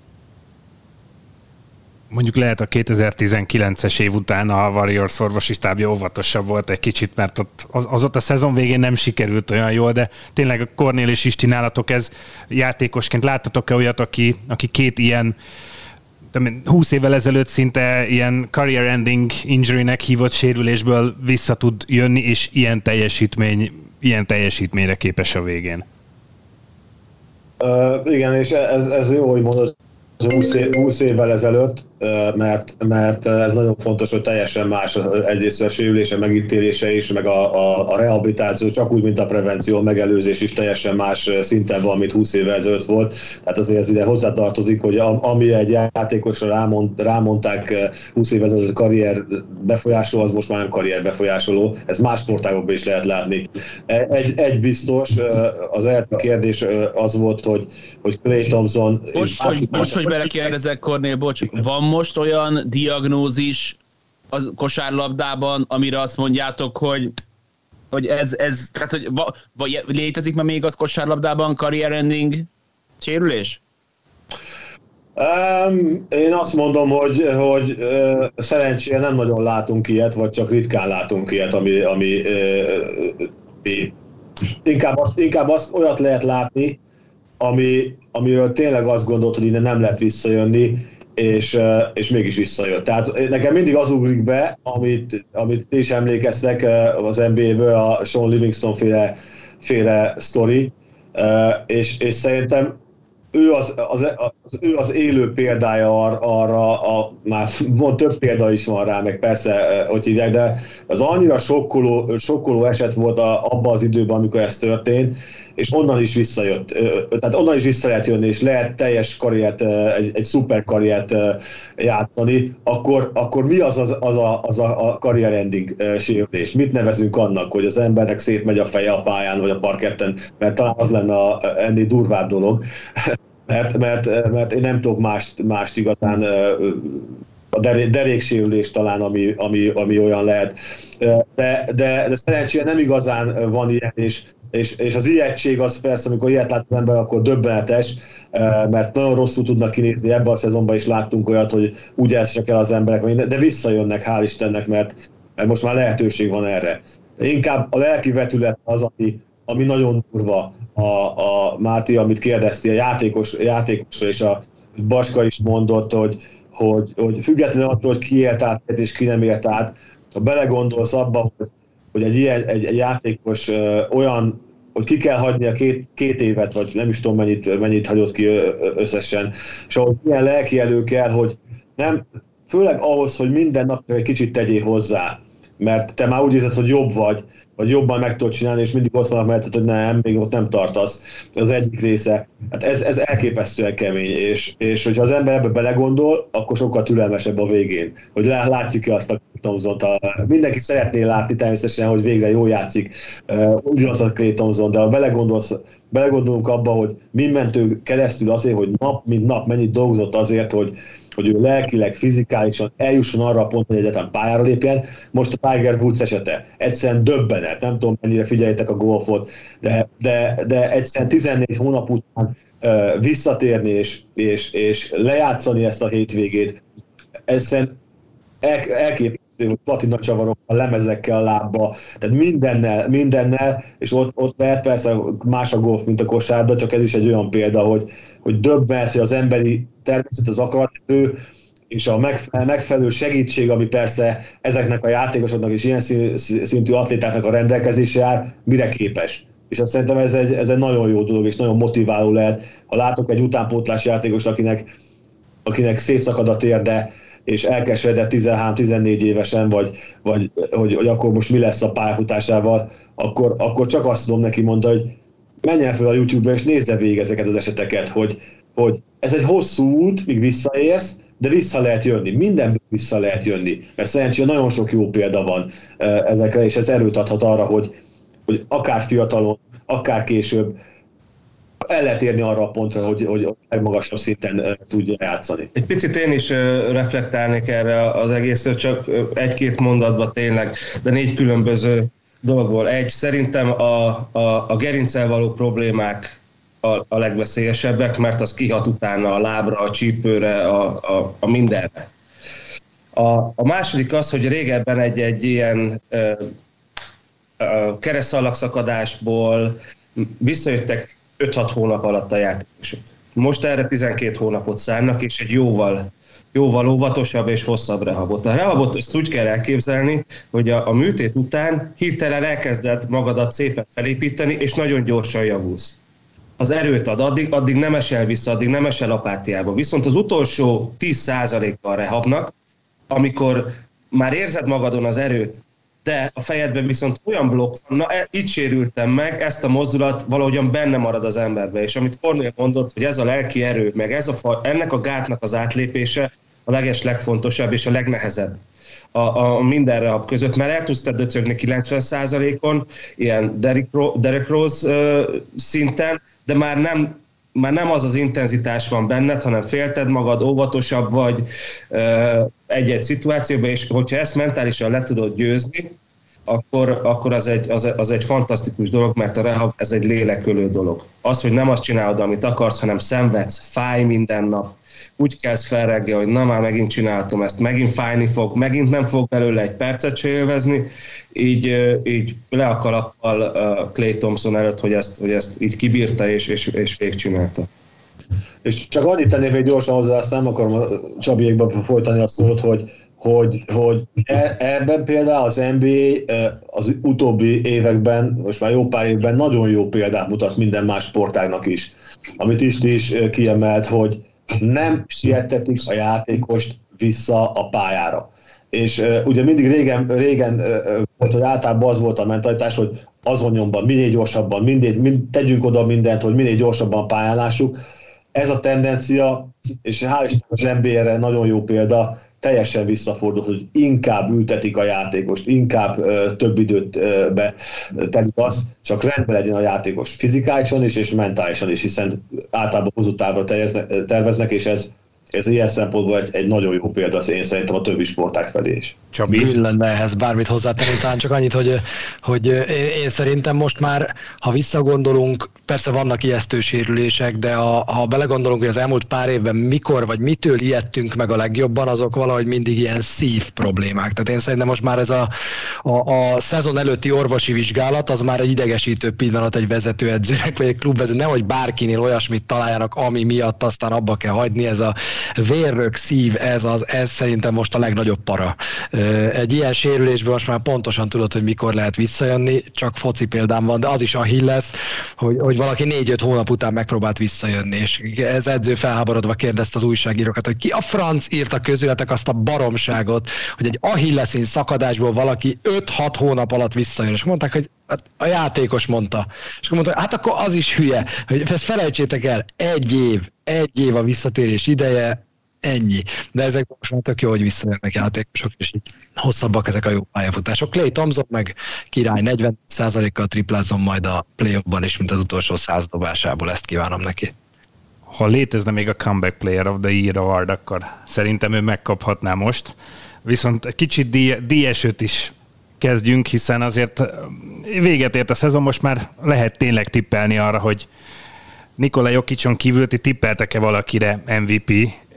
Mondjuk lehet a 2019-es év után a Warriors orvosi stábja óvatosabb volt egy kicsit, mert ott a szezon végén nem sikerült olyan jól, de tényleg a Kornél is csinálatok ez játékosként. Láttatok-e olyat, aki 2 ilyen 20 évvel ezelőtt szinte ilyen career-ending injury-nek hívott sérülésből vissza tud jönni, és ilyen teljesítményre képes a végén? Igen, és ez jó, hogy mondod, 20 évvel ezelőtt, mert ez nagyon fontos, hogy teljesen más egyrészt a sérülése, megítélése is, meg a rehabilitáció, csak úgy, mint a prevenció, megelőzés is teljesen más szinten van, mint 20 évvel ezelőtt volt. Tehát azért ez ide hozzátartozik, hogy ami egy játékosra rámondták 20 évvel ezelőtt karrier befolyásoló, az most már nem karrier befolyásoló. Ez más sportágokban is lehet látni. Egy biztos, az első kérdés az volt, hogy Klay Thompson... Most, hogy belekérdezek, Kornél, bocs, van most olyan diagnózis a kosárlabdában, amire azt mondjátok, hogy ez tehát, hogy létezik ma még az kosárlabdában career-ending sérülés? Én azt mondom, hogy szerencsére nem nagyon látunk ilyet, vagy csak ritkán látunk ilyet, ami inkább azt olyat lehet látni, amiről tényleg azt gondolt, hogy innen nem lehet visszajönni, és mégis visszajött. Tehát nekem mindig az ugrik be, amit ti is emlékeztek az NBA-ből, a Sean Livingston féle sztori, és szerintem ő az élő példája arra, már több példa is van rá, meg persze, hogy hívják, de az annyira sokkoló eset volt abban az időben, amikor ez történt, és onnan is visszajött. Tehát onnan is vissza lehet jönni, és lehet teljes karriert, egy szuper karriert játszani, akkor mi az a career ending sérülés? Mit nevezünk annak, hogy az embernek szétmegy a feje a pályán, vagy a parketten, mert talán az lenne ennél durvább dolog. Mert én nem tudok mást igazán, a deréksérülés talán, ami olyan lehet. De szerencsére nem igazán van ilyen, és az ijegység az persze, amikor ilyet lát az ember, akkor döbbenetes, mert nagyon rosszul tudnak kinézni. Ebben a szezonban is láttunk olyat, hogy úgy esnek el az emberek, de visszajönnek, hál' Istennek, mert most már lehetőség van erre. Inkább a lelki vetület az, ami nagyon durva, a Máté, amit kérdezti, a játékosra, és a Baska is mondott, hogy függetlenül attól, hogy ki élt át és ki nem élt át, ha belegondolsz abba, hogy egy játékos olyan, hogy ki kell hagynia két évet, vagy nem is tudom mennyit hagyott ki összesen, és ahhoz ilyen lelki elő kell, hogy nem, főleg ahhoz, hogy minden nap egy kicsit tegyél hozzá, mert te már úgy érzed, hogy jobb vagy jobban meg tudod csinálni, és mindig ott vannak mellett, hogy nem, még ott nem tartasz. Az egyik része. Hát ez elképesztően kemény, és hogyha az ember ebbe belegondol, akkor sokkal türelmesebb a végén. Hogy látjuk-e azt a Thompsont. Mindenki szeretné látni természetesen, hogy végre jól játszik ugyanaz a Klay Thompson, de ha belegondolunk abba, hogy mi ment ő keresztül azért, hogy nap mint nap mennyit dolgozott azért, hogy ő lelkileg, fizikálisan eljusson arra a pontra, hogy egyáltalán pályára lépjen. Most a Tiger Woods esete. Egyszerűen döbbenet. Nem tudom, mennyire figyeljétek a golfot, de egyszerűen 14 hónap után visszatérni és lejátszani ezt a hétvégét. Egyszerűen elképesztő, hogy platina csavarokkal, lemezekkel a lábba, tehát mindennel, és ott lehet persze más a golf, mint a kosárba, csak ez is egy olyan példa, hogy döbbensz, hogy az emberi természet, az akaratő, és a megfelelő segítség, ami persze ezeknek a játékosoknak és ilyen szintű atlétáknak a rendelkezésre áll, mire képes. És azt szerintem ez egy nagyon jó dolog, és nagyon motiváló lehet. Ha látok egy utánpótlás játékos, akinek szétszakad a térde, és elkeseredett 13-14 évesen, vagy hogy akkor most mi lesz a pályafutásával, akkor csak azt tudom neki mondani, hogy menjen fel a YouTube-ra, és nézze végig ezeket az eseteket, hogy ez egy hosszú út, míg visszaérsz, de vissza lehet jönni, mindenből vissza lehet jönni. Mert szerencsére nagyon sok jó példa van ezekre, és ez erőt adhat arra, hogy akár fiatalon, akár később el lehet érni arra a pontra, hogy legmagasabb szinten tudja játszani. Egy picit én is reflektálnék erre az egészről, csak egy-két mondatban tényleg, de 4 különböző dologból. Szerintem a gerinccel való problémák a legveszélyesebbek, mert az kihat utána a lábra, a csípőre, a mindenre. A második az, hogy régebben egy ilyen keresztszalagszakadásból visszajöttek 5-6 hónap alatt a játékosok. Most erre 12 hónapot szánnak, és egy jóval óvatosabb és hosszabb rehabot. A rehabot ezt úgy kell elképzelni, hogy a műtét után hirtelen elkezded magadat szépen felépíteni, és nagyon gyorsan javulsz. az erőt ad, addig nem esel vissza, addig nem esel apátiába. Viszont az utolsó 10%-kal rehabnak, amikor már érzed magadon az erőt, de a fejedben viszont olyan blokk van, itt sérültem meg, ezt a mozdulat valahogyan benne marad az emberbe, és amit Kornél mondott, hogy ez a lelki erő, meg ennek a gátnak az átlépése a legfontosabb és a legnehezebb a minden rehab között, mert el tudsz te döcögni 90%-on, ilyen Derrick Rose szinten, de már nem az intenzitás van benned, hanem félted magad, óvatosabb vagy egy-egy szituációban, és hogyha ezt mentálisan le tudod győzni, akkor az egy fantasztikus dolog, mert a rehab ez egy lélekölő dolog. Az, hogy nem azt csinálod, amit akarsz, hanem szenvedsz, fáj minden nap, úgy kelsz fel reggel, hogy na már megint csináltam ezt, megint fájni fog, megint nem fog belőle egy percet se élvezni, így le a kalappal Klay Thompson előtt, hogy ezt így kibírta és végigcsinálta. És csak annyit tenném még gyorsan hozzá, azt nem akarom a Csabiékba folytani a szót, hogy ebben például az NBA az utóbbi években, most már jó pár évben nagyon jó példát mutat minden más sportágnak is. Amit Isti is kiemelt, hogy nem siettetik a játékost vissza a pályára. És ugye mindig régen volt, hogy általában az volt a mentalitás, hogy azon nyomban, minél gyorsabban, tegyünk oda mindent, hogy minél gyorsabban pályán lássuk. Ez a tendencia, és hál' Istennek az NBA-re nagyon jó példa, teljesen visszafordul, hogy inkább ültetik a játékost, inkább több időt telik azt, csak rendben legyen a játékos fizikálisan is és mentálisan is, hiszen általában hosszú távra terveznek, és ez ilyen szempontból egy nagyon jó példa, én szerintem a többi sportág felé is. Csabi? Bűn lenne ehhez bármit hozzátenni, talán csak annyit, hogy én szerintem most már, ha visszagondolunk, persze vannak ijesztő sérülések, de ha belegondolunk, hogy az elmúlt pár évben mikor vagy mitől ijedtünk meg a legjobban, azok valahogy mindig ilyen szív problémák. Tehát én szerintem most már ez a szezon előtti orvosi vizsgálat, az már egy idegesítő pillanat egy vezetőedzőnek, vagy egy klubvezető, nehogy bárkinél olyasmit találjanak, ami miatt aztán abba kell hagyni, ez a vérrög, szív, ez szerintem most a legnagyobb para. Egy ilyen sérülésből most már pontosan tudod, hogy mikor lehet visszajönni, csak foci példám van, de az is Achilles, hogy valaki 4-5 hónap után megpróbált visszajönni, és ez edző felháborodva kérdezte az újságírókat, hogy ki a franc írta közületek azt a baromságot, hogy egy Achillesin szakadásból valaki 5-6 hónap alatt visszajön, és mondták, hogy a játékos mondta. És akkor mondta, hát akkor az is hülye, hogy ezt felejtsétek el, egy év a visszatérés ideje, ennyi. De ezek most már tök jó, hogy visszajönnek játékosok, és így hosszabbak ezek a jó pályafutások. Klay Thompson meg király 40%-kal triplázom majd a play-offban is, mint az utolsó 100 dobásából, ezt kívánom neki. Ha létezne még a Comeback Player of the Year award, akkor szerintem ő megkaphatná most. Viszont egy kicsit díjesőt is kezdjünk, hiszen azért véget ért a szezon, most már lehet tényleg tippelni arra, hogy Nikola Jokicson kívül ti tippeltek-e valakire MVP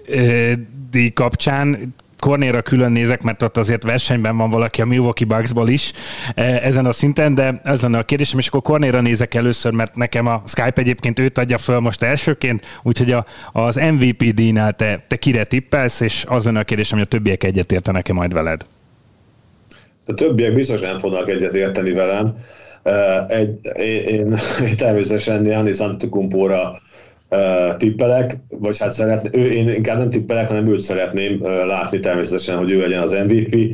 díj kapcsán? Kornélra külön nézek, mert ott azért versenyben van valaki a Milwaukee Bucksból is ezen a szinten, de ez lenne a kérdésem, és akkor Kornélra nézek először, mert nekem a Skype egyébként őt adja föl most elsőként, úgyhogy az MVP díjnál te kire tippelsz, és az lenne a kérdésem, hogy a többiek egyetértenek-e majd veled? A többiek biztos nem fognak egyetérteni velem. Én természetesen Giannis Antetokounmpóra tippelek, vagy hát én inkább nem tippelek, hanem őt szeretném látni természetesen, hogy ő legyen az MVP.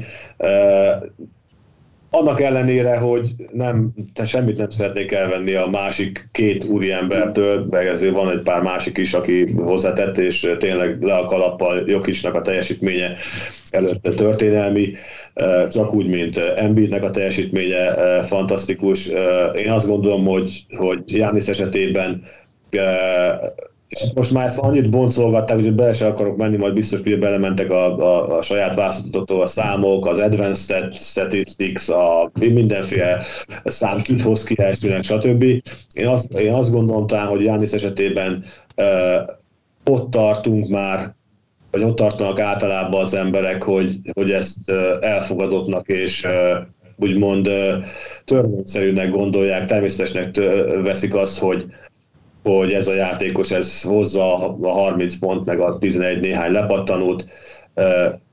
Annak ellenére, hogy semmit nem szeretnék elvenni a másik két úriembertől, meg ezért van egy pár másik is, aki hozzátett, és tényleg le a kalappal Jokicnak a teljesítménye előtte történelmi, csak úgy, mint Embiidnek a teljesítménye fantasztikus. Én azt gondolom, hogy Giannis esetében és most már ezt annyit boncolgatták, hogy bele sem akarok menni, majd biztos, hogy belementek a saját választatottól a számok, az advanced statistics, a mindenféle szám, kit hoz ki elsőnek, stb. Én azt gondolom talán, hogy Giannis esetében ott tartunk már, vagy ott tartanak általában az emberek, hogy ezt elfogadottnak és úgymond törvényszerűnek gondolják, természetesnek veszik azt, hogy ez a játékos ez hozza a 30 pont, meg a 11 néhány lepattanót.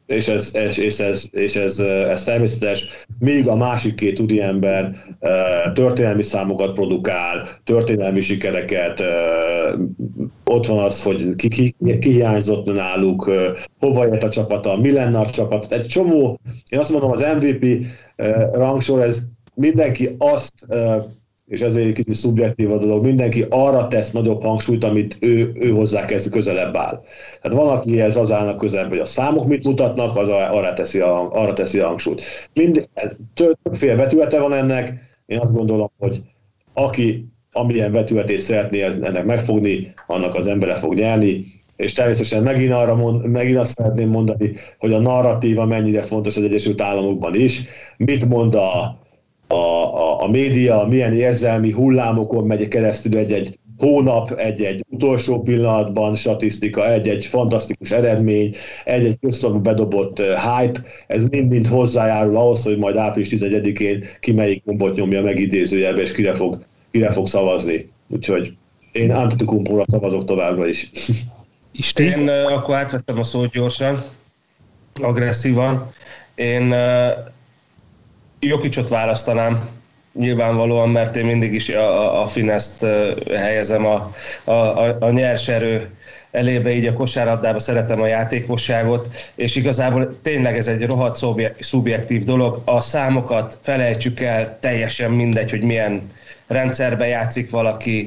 ez természetes, míg a másik két úriember történelmi számokat produkál, történelmi sikereket, ott van az, hogy ki hiányzott náluk, hova ért a csapata, mi lenne a csapat. Egy csomó, én azt mondom, az MVP rangsor, ez mindenki azt, és ezért egy kicsit szubjektív a dolog, mindenki arra tesz nagyobb hangsúlyt, amit ő hozzá közelebb áll. Tehát van, akihez az állnak közelebb, hogy a számok mit mutatnak, az arra teszi a hangsúlyt. Többféle vetülete van ennek, én azt gondolom, hogy aki amilyen vetületét szeretné ennek megfogni, annak az embere fog nyerni, és természetesen megint azt szeretném mondani, hogy a narratíva mennyire fontos az Egyesült Államokban is, mit mond a média, milyen érzelmi hullámokon megy keresztül egy hónap, egy utolsó pillanatban statisztika, egy fantasztikus eredmény, egy köztudottul bedobott hype, ez mind hozzájárul ahhoz, hogy majd április 11-én ki melyik gombot nyomja meg idézőjelbe, és kire fog szavazni. Úgyhogy én Antetokounmpóra szavazok továbbra is. Én akkor átvesztem a szót gyorsan, agresszívan. Én Jokicot választanám nyilvánvalóan, mert én mindig is a fineszt helyezem a nyers erő elébe, így a kosárlabdába szeretem a játékosságot, és igazából tényleg ez egy rohadt szubjektív dolog. A számokat felejtsük el, teljesen mindegy, hogy milyen rendszerben játszik valaki,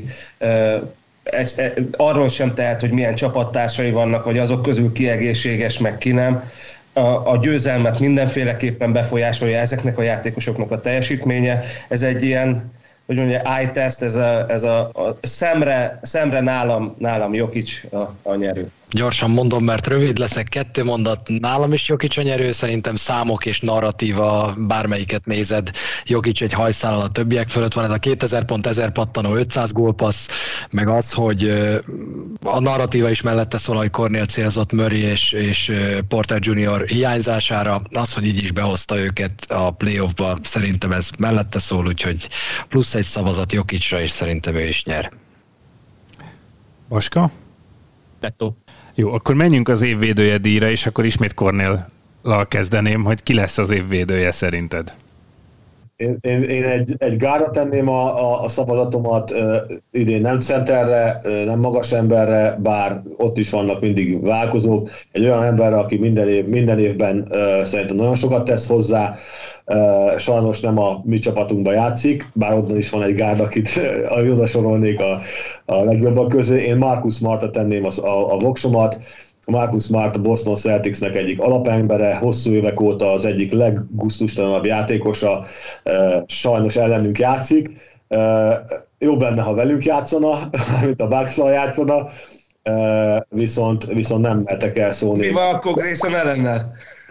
arról sem tehet, hogy milyen csapattársai vannak, vagy azok közül ki egészséges, meg ki nem. A győzelmet mindenféleképpen befolyásolja ezeknek a játékosoknak a teljesítménye. Ez egy ilyen, hogy mondja, eye test, ez a szemre nálam Jokic a nyerő. Gyorsan mondom, mert rövid leszek, 2 mondat, nálam is Jokic a nyerő, szerintem számok és narratíva, bármelyiket nézed, Jokic egy hajszállal a többiek fölött van, ez a 2000 pont, 1000 pattanó, 500 gólpassz, meg az, hogy a narratíva is mellette szól, hogy Cornél célzott Murray és Porter Jr. hiányzására, az, hogy így is behozta őket a playoffba, szerintem ez mellette szól, úgyhogy plusz egy szavazat Jokicra, és szerintem ő is nyer. Baska? Tetto. Jó, akkor menjünk az évvédője díjra, és akkor ismét Cornéllal kezdeném, hogy ki lesz az évvédője szerinted? Én egy gárra tenném a szavazatomat, idén nem centerre, nem magas emberre, bár ott is vannak mindig változók. Egy olyan emberre, aki minden évben szerintem nagyon sokat tesz hozzá, sajnos nem a mi csapatunkban játszik, bár onnan is van egy gárd, akit oda sorolnék a legjobbak közé. Én Marcus Smartra tenném a voksomat. Marcus Smart a Boston Celticsnek egyik alapembere, hosszú évek óta az egyik leggusztustalanabb játékosa, sajnos ellenünk játszik. Jobb lenne, ha velünk játszana, mint a Bucks-szal játszana, viszont nem mertek el szólni. Mi van akkor Grayson ellennel?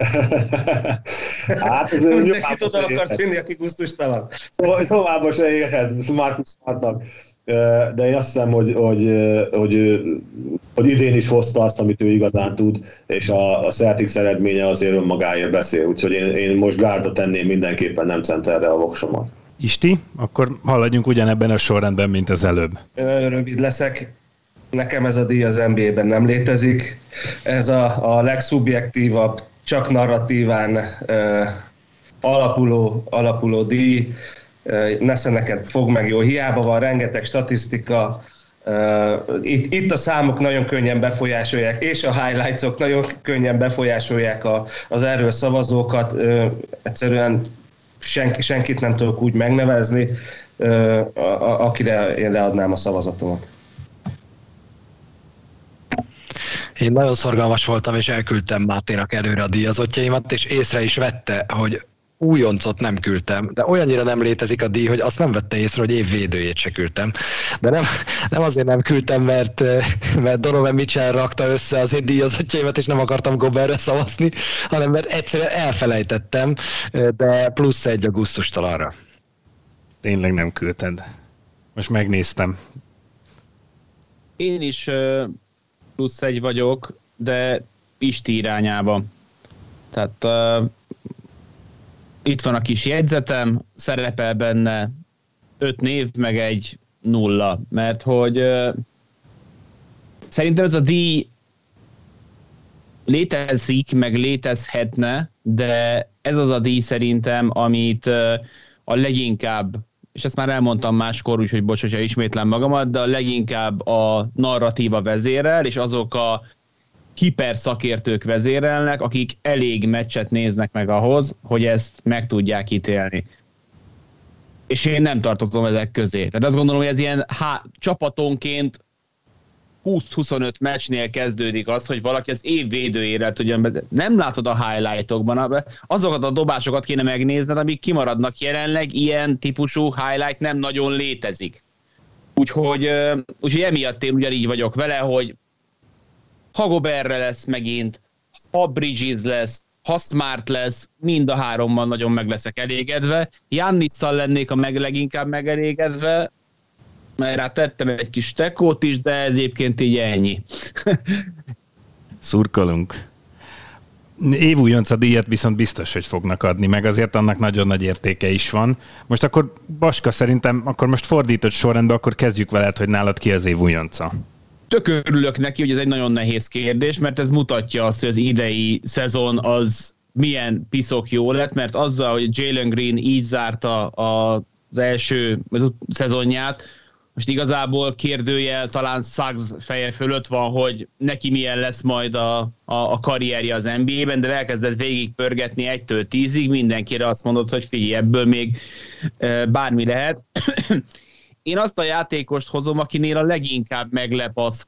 Hát ez mindenkit oda akarsz vinni, aki gusztustalan. Szóval se érhet Marcus Smartnak. De én azt hiszem, hogy idén is hozta azt, amit ő igazán tud, és a Celtics eredménye azért önmagáért beszél, úgyhogy én most gárda tenném mindenképpen, nem centerre a voksomat. Isti, akkor haladjunk ugyanebben a sorrendben, mint az előbb. Nagyon rövid leszek. Nekem ez a díj az NBA-ben nem létezik. Ez a legszubjektívabb, csak narratíván alapuló díj. Nesze neked fog meg jól, hiába van rengeteg statisztika, itt a számok nagyon könnyen befolyásolják, és a highlights-ok nagyon könnyen befolyásolják az erről szavazókat, egyszerűen senkit nem tudok úgy megnevezni, akire én leadnám a szavazatomat. Én nagyon szorgalmas voltam, és elküldtem Máténak előre a díjazottjaimat, és észre is vette, hogy újoncot nem küldtem, de olyannyira nem létezik a díj, hogy azt nem vette észre, hogy évvédőjét se küldtem. De nem azért nem küldtem, mert Donovan Mitchell rakta össze az én díjazottjaimat, és nem akartam Gobertre szavazni, hanem mert egyszerűen elfelejtettem, de plusz egy a gusztustalanra. Tényleg nem küldted. Most megnéztem. Én is plusz egy vagyok, de Pisti irányába. Tehát itt van a kis jegyzetem, szerepel benne 5 név, meg egy 0, mert hogy szerintem ez a díj létezik, meg létezhetne, de ez az a díj szerintem, amit a leginkább, és ezt már elmondtam máskor, úgyhogy bocs, hogyha ismétlem magamat, de a leginkább a narratíva vezérel, és azok a hiperszakértők vezérelnek, akik elég meccset néznek meg ahhoz, hogy ezt meg tudják ítélni. És én nem tartozom ezek közé. Tehát azt gondolom, hogy ez ilyen csapatonként 20-25 meccsnél kezdődik az, hogy valaki az év védőjére tudja, nem látod a highlightokban, azokat a dobásokat kéne megnézned, amik kimaradnak jelenleg, ilyen típusú highlight nem nagyon létezik. Úgyhogy emiatt én ugyanígy vagyok vele, hogy ha Goberre lesz megint, ha Bridges lesz, ha Smart lesz, mind a hárommal nagyon meg leszek elégedve. Giannisszal lennék a leginkább megelégedve, mert rá tettem egy kis tekót is, de ez egyébként így ennyi. Szurkolunk. Évújonca díjat viszont biztos, hogy fognak adni, meg azért annak nagyon nagy értéke is van. Most akkor, Baska, szerintem akkor most fordított sorrendben, akkor kezdjük veled, hogy nálad ki az évújonca. Tök örülök neki, hogy ez egy nagyon nehéz kérdés, mert ez mutatja azt, hogy az idei szezon az milyen piszok jó lett, mert azzal, hogy Jalen Green így zárta az első szezonját, most igazából kérdőjel talán Suggs feje fölött van, hogy neki milyen lesz majd a karrierje az NBA-ben, de elkezdett végigpörgetni 1-től 10-ig, mindenkire azt mondott, hogy figyelj, ebből még bármi lehet. Én azt a játékost hozom, akinél a leginkább meglep az,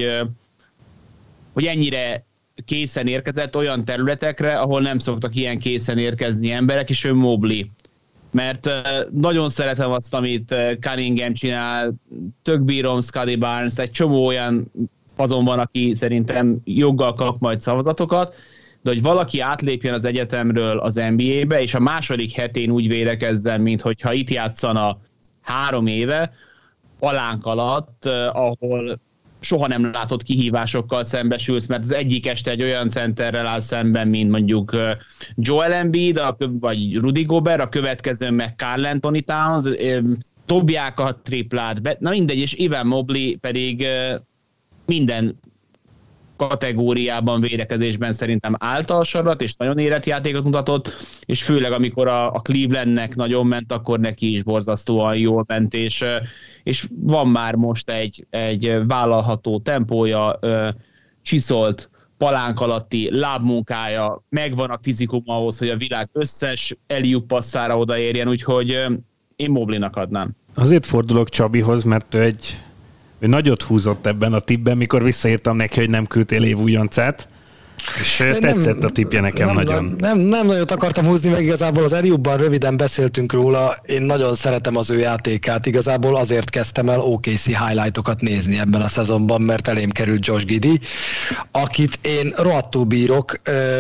hogy ennyire készen érkezett olyan területekre, ahol nem szoktak ilyen készen érkezni emberek, és ő Mobley. Mert nagyon szeretem azt, amit Cunningham csinál, tök bírom Scottie Barnes, egy csomó olyan fazon van, aki szerintem joggal kap majd szavazatokat, de hogy valaki átlépjen az egyetemről az NBA-be, és a második hetén úgy védekezzen, minthogyha itt játszana 3 éve, palánk alatt, ahol soha nem látott kihívásokkal szembesülsz, mert az egyik este egy olyan centerrel áll szemben, mint mondjuk Joel Embiid, vagy Rudy Gobert, a következőn meg Karl Anthony Towns, dobják a triplát, na mindegy, és Evan Mobley pedig minden kategóriában, védekezésben szerintem állta a sarat, és nagyon érett játékot mutatott, és főleg amikor a Clevelandnek nagyon ment, akkor neki is borzasztóan jól ment, és van már most egy vállalható tempója, csiszolt, palánk alatti lábmunkája, megvan a fizikum ahhoz, hogy a világ összes alley-oop passzára odaérjen, úgyhogy én Mobleynak adnám. Azért fordulok Csabihoz, mert ő nagyot húzott ebben a tippben, mikor visszaírtam neki, hogy nem küldtél évújoncát, és tetszett a tippje nekem nagyon. Nem nagyot akartam húzni, meg igazából az alley-oopban röviden beszéltünk róla, én nagyon szeretem az ő játékát, igazából azért kezdtem el OKC highlightokat nézni ebben a szezonban, mert elém került Josh Giddey, akit én rohadtul bírok,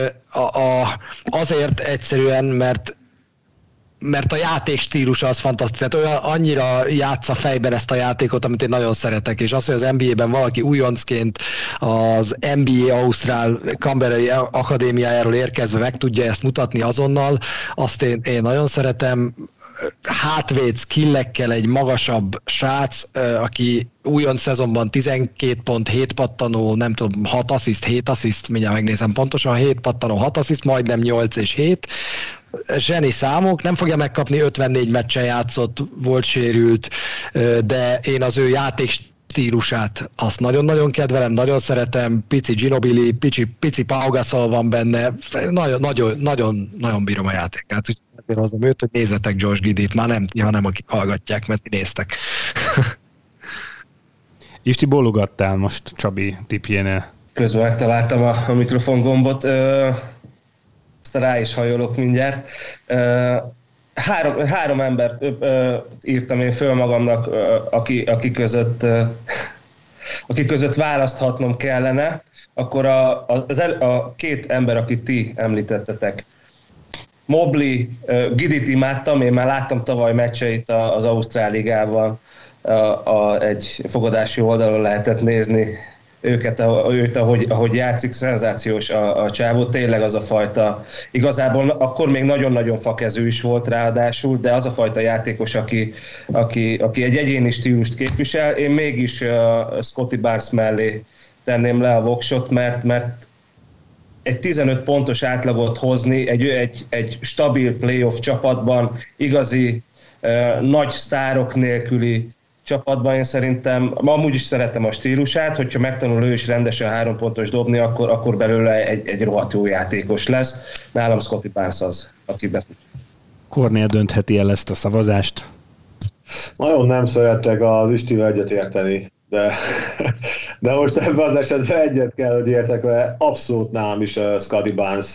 azért egyszerűen, mert a játék stílusa az fantasztikus, tehát annyira játsza fejben ezt a játékot, amit én nagyon szeretek, és az, hogy az NBA-ben valaki újoncként az NBA Ausztrál Canberrai Akadémiájáról érkezve meg tudja ezt mutatni azonnal, azt én nagyon szeretem. Hátvéd skillekkel egy magasabb srác, aki újonc szezonban 12 pont, 7 pattanó, nem tudom, 6 assziszt, 7 assziszt, mindjárt megnézem pontosan, 7 pattanó, 6 assziszt, majdnem 8 és 7. Zseni számok, nem fogja megkapni, 54 meccsen játszott, volt sérült, de én az ő játék stílusát azt nagyon-nagyon kedvelem, nagyon szeretem, pici Ginobili, pici Pau Gasol van benne, nagyon bírom a játékát. Én hozom őt, hogy nézzetek Josh Giddeyt, már nem akik hallgatják, mert néztek. Isti, bólogattál most Csabi tippjénél. Közben megtaláltam a mikrofon gombot, aztán rá is hajolok mindjárt. Három embert írtam én föl magamnak, aki között választhatnom kellene, akkor a két ember, akit ti említettetek. Mobley, Giddeyt imádtam, én már láttam tavaly meccseit az Ausztrál Ligában, egy fogadási oldalon lehetett nézni őt, ahogy játszik, szenzációs a csávó, tényleg az a fajta, igazából akkor még nagyon-nagyon fakező is volt ráadásul, de az a fajta játékos, aki egy egyéni stílust képvisel, én mégis Scottie Barnes mellé tenném le a voksot, mert egy 15 pontos átlagot hozni egy stabil playoff csapatban, igazi nagy sztárok nélküli csapatban. Én szerintem, amúgy is szeretem a stílusát, hogyha megtanul ő is rendesen 3 pontos dobni, akkor belőle egy rohadt jó játékos lesz. Nálam Scottie Barnes az, aki befut. Kornél döntheti el ezt a szavazást? Nagyon nem szeretek az Istivel egyetérteni, de most ebben az esetben egyet kell, hogy értek, mert abszolút nálam is Scottie Barnes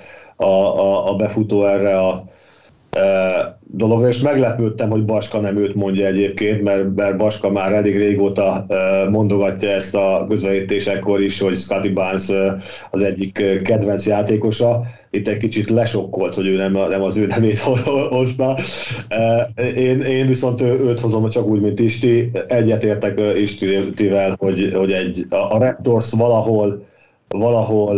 a befutó erre a dologra, és meglepődtem, hogy Baska nem őt mondja egyébként, mert Baska már elég régóta mondogatja ezt a közvetítésekkor is, hogy Scottie Barnes az egyik kedvenc játékosa. Itt egy kicsit lesokkolt, hogy ő nem az ő nemét hozta. Én viszont őt hozom csak úgy, mint Isti. Egyetértek Istivel, hogy a Raptors valahol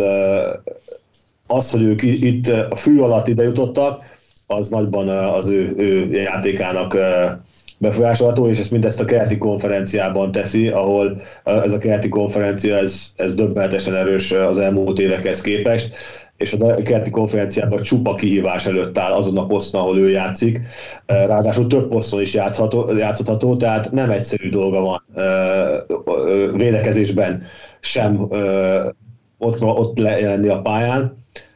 az, hogy ők itt a fű alatt ide jutottak, az nagyban az ő játékának befolyásolható, és ezt mindezt a keleti konferenciában teszi, ahol ez a keleti konferencia ez döbbenetesen erős az elmúlt évekhez képest, és a keleti konferenciában csupa kihívás előtt áll azon a poszton, ahol ő játszik. Ráadásul több poszton is játszható, tehát nem egyszerű dolga van védekezésben sem ott lenni a pályán.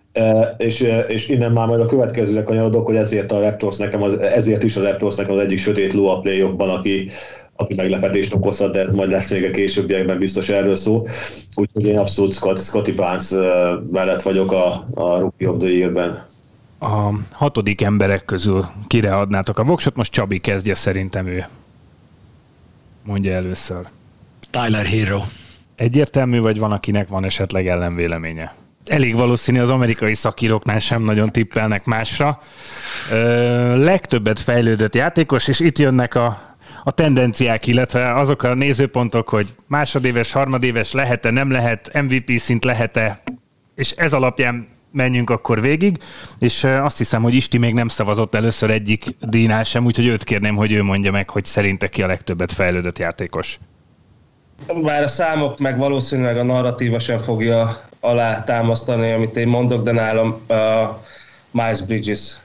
És innen már majd a következőre kanyarodok, hogy ezért is a Raptors nekem az egyik sötét ló a playoffban, aki meglepetést okozhat, de majd lesz még a későbbiekben biztos erről szó. Úgyhogy én abszolút Scottie Barnes mellett vagyok a Rookie of the Year-ben. A 6. emberek közül kire adnátok a voksot? Most Csabi kezdje, szerintem ő. Mondja először. Tyler Hero. Egyértelmű, vagy van, akinek van esetleg ellenvéleménye? Elég valószínű, az amerikai szakíróknál sem nagyon tippelnek másra. Legtöbbet fejlődött játékos, és itt jönnek a tendenciák, illetve azok a nézőpontok, hogy másodéves, harmadéves lehet-e, nem lehet, MVP szint lehet-e, és ez alapján menjünk akkor végig, és azt hiszem, hogy Isti még nem szavazott először egyik díjnál sem, úgyhogy őt kérném, hogy ő mondja meg, hogy szerinte ki a legtöbbet fejlődött játékos. Bár a számok meg valószínűleg a narratíva sem fogja alá támasztani, amit én mondok, de nálam Miles Bridges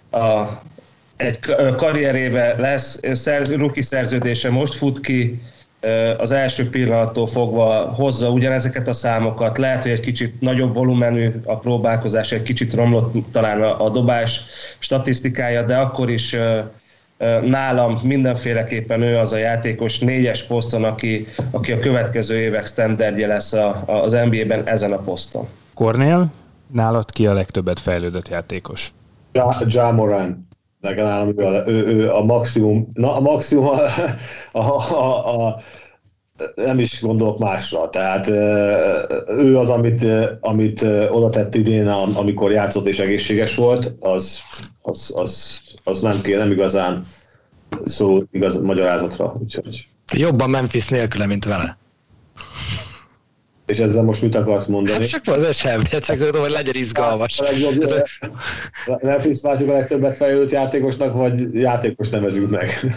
egy karrieréve lesz, rookie szerződése most fut ki, az első pillanattól fogva hozza ugyanezeket a számokat, lehet, hogy egy kicsit nagyobb volumenű a próbálkozás, egy kicsit romlott talán a dobás statisztikája, de akkor is nálam mindenféleképpen ő az a játékos 4-es poszton, aki a következő évek standardje lesz az NBA-ben ezen a poszton. Kornél, nálad ki a legtöbbet fejlődött játékos? Ja Morant. Nálam ő a maximum. Na, a maximum nem is gondolok másra. Tehát ő az, amit oda tett idén, amikor játszott és egészséges volt, az nem igazán szól magyarázatra. Úgyhogy. Jobban Memphis nélküle, mint vele. És ezzel most mit akarsz mondani? Hát csak az semmi, csak tudom, hogy legyen izgalmas. Memphis másik a legtöbbet fejlődött játékosnak, vagy játékos nevezünk meg?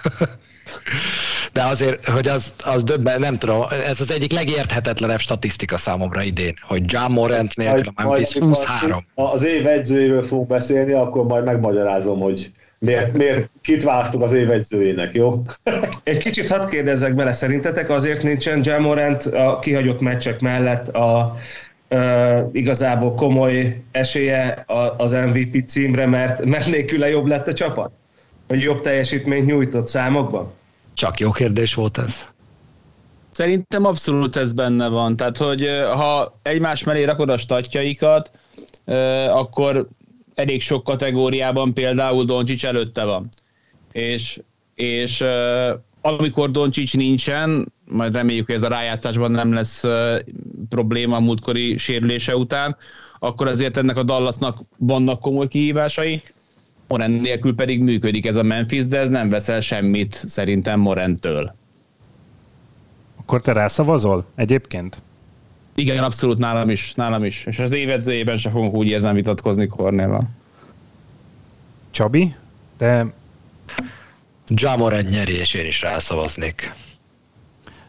De azért, hogy az döbben, nem tudom, ez az egyik legérthetetlenebb statisztika számomra idén, hogy Ja Morant nélkül a Memphis 23. Az év edzőjéről fogunk beszélni, akkor majd megmagyarázom, hogy miért kit választok az év edzőjének, jó? Egy kicsit hadd kérdezzek bele, szerintetek azért nincsen Ja Morant a kihagyott meccsek mellett igazából komoly esélye az MVP címre, mert nélküle jobb lett a csapat? Hogy jobb teljesítményt nyújtott számokban? Csak jó kérdés volt ez. Szerintem abszolút ez benne van. Tehát, hogy ha egymás mellé rakod a statjaikat, akkor elég sok kategóriában például Doncic előtte van. És amikor Doncic nincsen, majd reméljük, hogy ez a rájátszásban nem lesz probléma a múltkori sérülése után, akkor azért ennek a Dallasnak vannak komoly kihívásai. Morant nélkül pedig működik ez a Memphis, de ez nem veszel semmit szerintem Moranttől. Akkor te rászavazol egyébként? Igen, abszolút nálam is. És az évedzőjében se fogunk úgy ezen vitatkozni Kornéllal. Csabi, te... Ja Morant nyeri, és én is rászavaznék.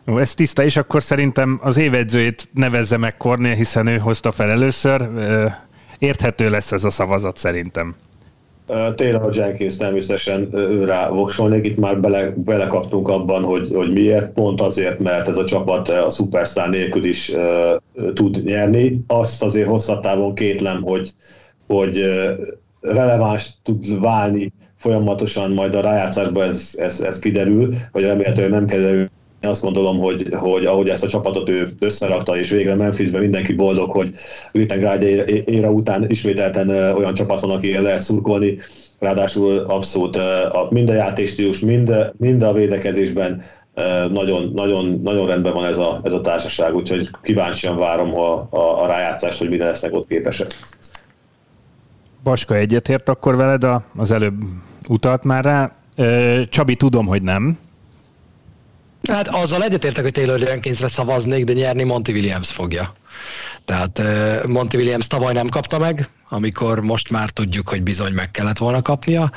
Jó, ez tiszta, és akkor szerintem az évedzőjét nevezze meg Kornél, hiszen ő hozta fel először. Érthető lesz ez a szavazat szerintem. Taylor Jenkins természetesen őrá voksolnék, itt már belekaptunk abban, hogy miért. Pont azért, mert ez a csapat a szupersztár nélkül is tud nyerni. Azt azért hosszabb távon kétlem, hogy releváns tud válni folyamatosan, majd a rájátszásban ez kiderül, vagy remélhetően nem kiderül. Én azt gondolom, hogy ahogy ezt a csapatot ő összerakta, és végre Memphisben mindenki boldog, hogy Rittengrade éra után ismételten olyan csapat van, akire lehet szurkolni, ráadásul abszolút mind a játékstílus, mind a védekezésben nagyon rendben van ez a társaság, úgyhogy kíváncsian várom a rájátszást, hogy mire lesznek ott képesek. Baska, egyetért akkor veled, az előbb utalt már rá. Csabi, tudom, hogy nem. Hát azzal egyetértek, hogy Taylor Jenkinsre szavaznék, de nyerni Monty Williams fogja. Tehát Monty Williams tavaly nem kapta meg, amikor most már tudjuk, hogy bizony meg kellett volna kapnia,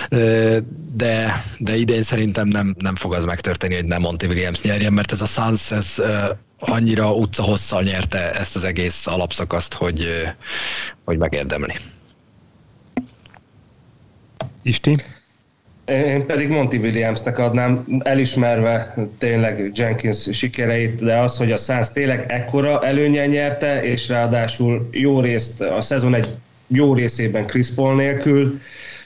de idén szerintem nem fog az megtörténni, hogy nem Monty Williams nyerjen, mert ez a Suns, ez annyira utcahosszal nyerte ezt az egész alapszakaszt, hogy megérdemli. Isti? Én pedig Monty Williamsnek adnám, elismerve tényleg Jenkins sikereit, de az, hogy a Suns tényleg ekkora előnnyel nyerte, és ráadásul jó részt, a szezon egy jó részében Chris Paul nélkül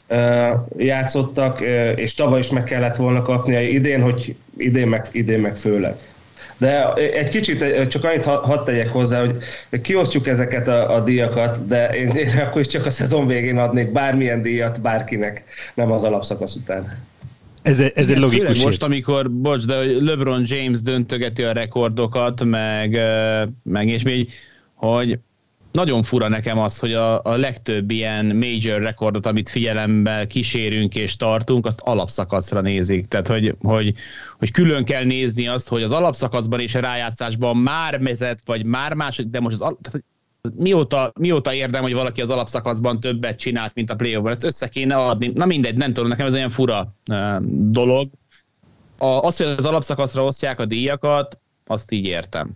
játszottak, és tavaly is meg kellett volna kapnia idén, hogy idén meg főleg. De egy kicsit csak annyit hadd tegyek hozzá, hogy kiosztjuk ezeket a díjakat, de én akkor is csak a szezon végén adnék bármilyen díjat bárkinek, nem az alapszakasz után. Ez egy logikus. Most, amikor, de LeBron James döntögeti a rekordokat, meg és még, hogy nagyon fura nekem az, hogy a legtöbb ilyen major rekordot, amit figyelembe kísérünk és tartunk, azt alapszakaszra nézik. Tehát, hogy külön kell nézni azt, hogy az alapszakaszban és a rájátszásban már vezet, vagy már második, de most mióta érdem, hogy valaki az alapszakaszban többet csinált, mint a play-offban. Ezt össze kéne adni. Na mindegy, nem tudom, nekem ez olyan fura dolog. Az, hogy az alapszakaszra osztják a díjakat, azt így értem.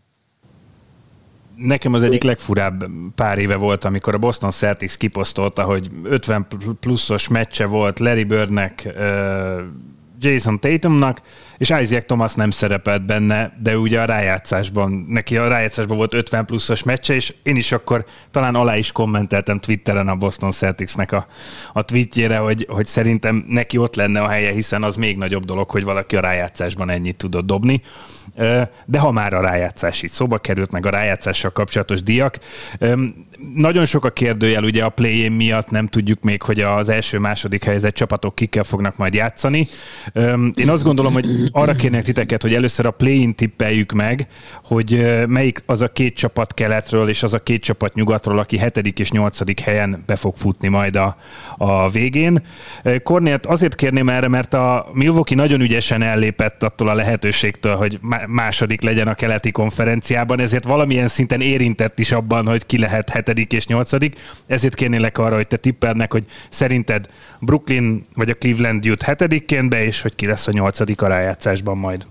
Nekem az egyik legfurább pár éve volt, amikor a Boston Celtics kiposztolta, hogy 50 pluszos meccse volt Larry Birdnek, Jason Tatumnak, és Isaiah Thomas nem szerepelt benne, de ugye neki a rájátszásban volt 50 pluszos meccse, és én is akkor talán alá is kommenteltem Twitteren a Boston Celticsnek a tweetjére, hogy szerintem neki ott lenne a helye, hiszen az még nagyobb dolog, hogy valaki a rájátszásban ennyit tudott dobni. De ha már a rájátszás így szóba került, meg a rájátszással kapcsolatos díjak, nagyon sok a kérdőjel, ugye a play-in miatt nem tudjuk még, hogy az első-második helyezett csapatok kikkel fognak majd játszani. Én azt gondolom, hogy arra kérnek titeket, hogy először a play-in tippeljük meg, hogy melyik az a két csapat keletről, és az a két csapat nyugatról, aki 7. és 8. helyen be fog futni majd a végén. Kornélt azért kérném erre, mert a Milwaukee nagyon ügyesen ellépett attól a lehetőségtől, hogy második legyen a keleti konferenciában, ezért valamilyen szinten érintett is abban, hogy ki lehet 7. és 8. Ezért kérnélek arra, hogy te tippelnek, hogy szerinted Brooklyn vagy a Cleveland jut 7-ként be, és hogy ki lesz a 8. a rájátszásban majd.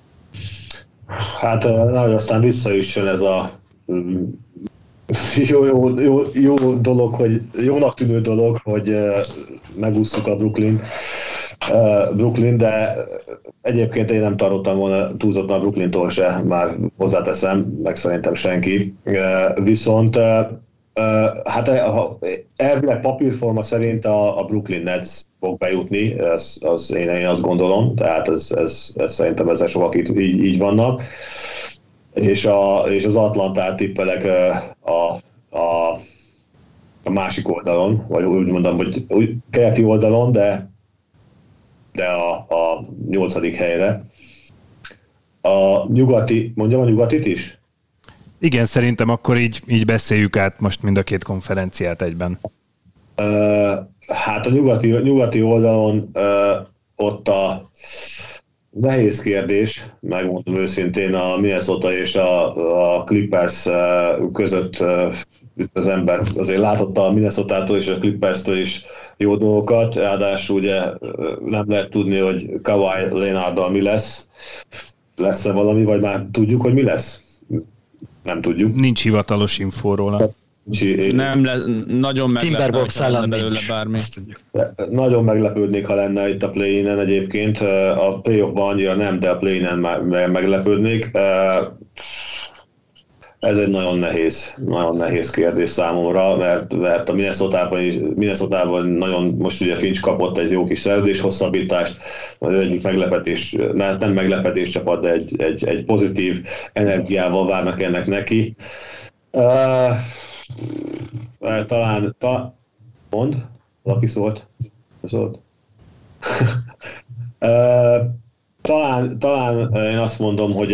Hát nagyon aztán visszajusson ez a jó dolog, hogy jónak tűnő dolog, hogy megúsztuk a Brooklyn, de egyébként én nem tartottam volna túlzottan a Brooklyntól se, már hozzáteszem, meg szerintem senki. Viszont hát elvileg papírforma szerint a Brooklyn Nets fog bejutni, én azt gondolom, tehát ez szerintem ezzel sokak így vannak. És az Atlantát tippelek a másik oldalon, vagy úgy mondom, hogy keleti oldalon, de a 8. helyre. A nyugati, mondjam a nyugatit is? Igen, szerintem akkor így beszéljük át most mind a két konferenciát egyben. Hát a nyugati oldalon ott a nehéz kérdés, megmondom őszintén, a Minnesota és a Clippers között az ember azért látott a Minnesotától és a Clipperstől is jó dolgokat, ráadásul ugye nem lehet tudni, hogy Kawhi Leonarddal mi lesz. lesz-e valami, vagy már tudjuk, hogy mi lesz? Nem tudjuk. Nincs hivatalos infó róla. Nagyon meglepődnék, ha lenne belőle bármi. Nagyon meglepődnék, ha lenne itt a play-in-en egyébként. A playoffban annyira nem, de a play-in-en meglepődnék. Ez egy nagyon nehéz kérdés számomra, mert a Minnesotában nagyon, most ugye Finch kapott egy jó kis szerződés hosszabbítást, egyik meglepetés, nem meglepetés csapat, de egy pozitív energiával várnak ennek neki. Talán mond? Valaki szólt? Talán én azt mondom, hogy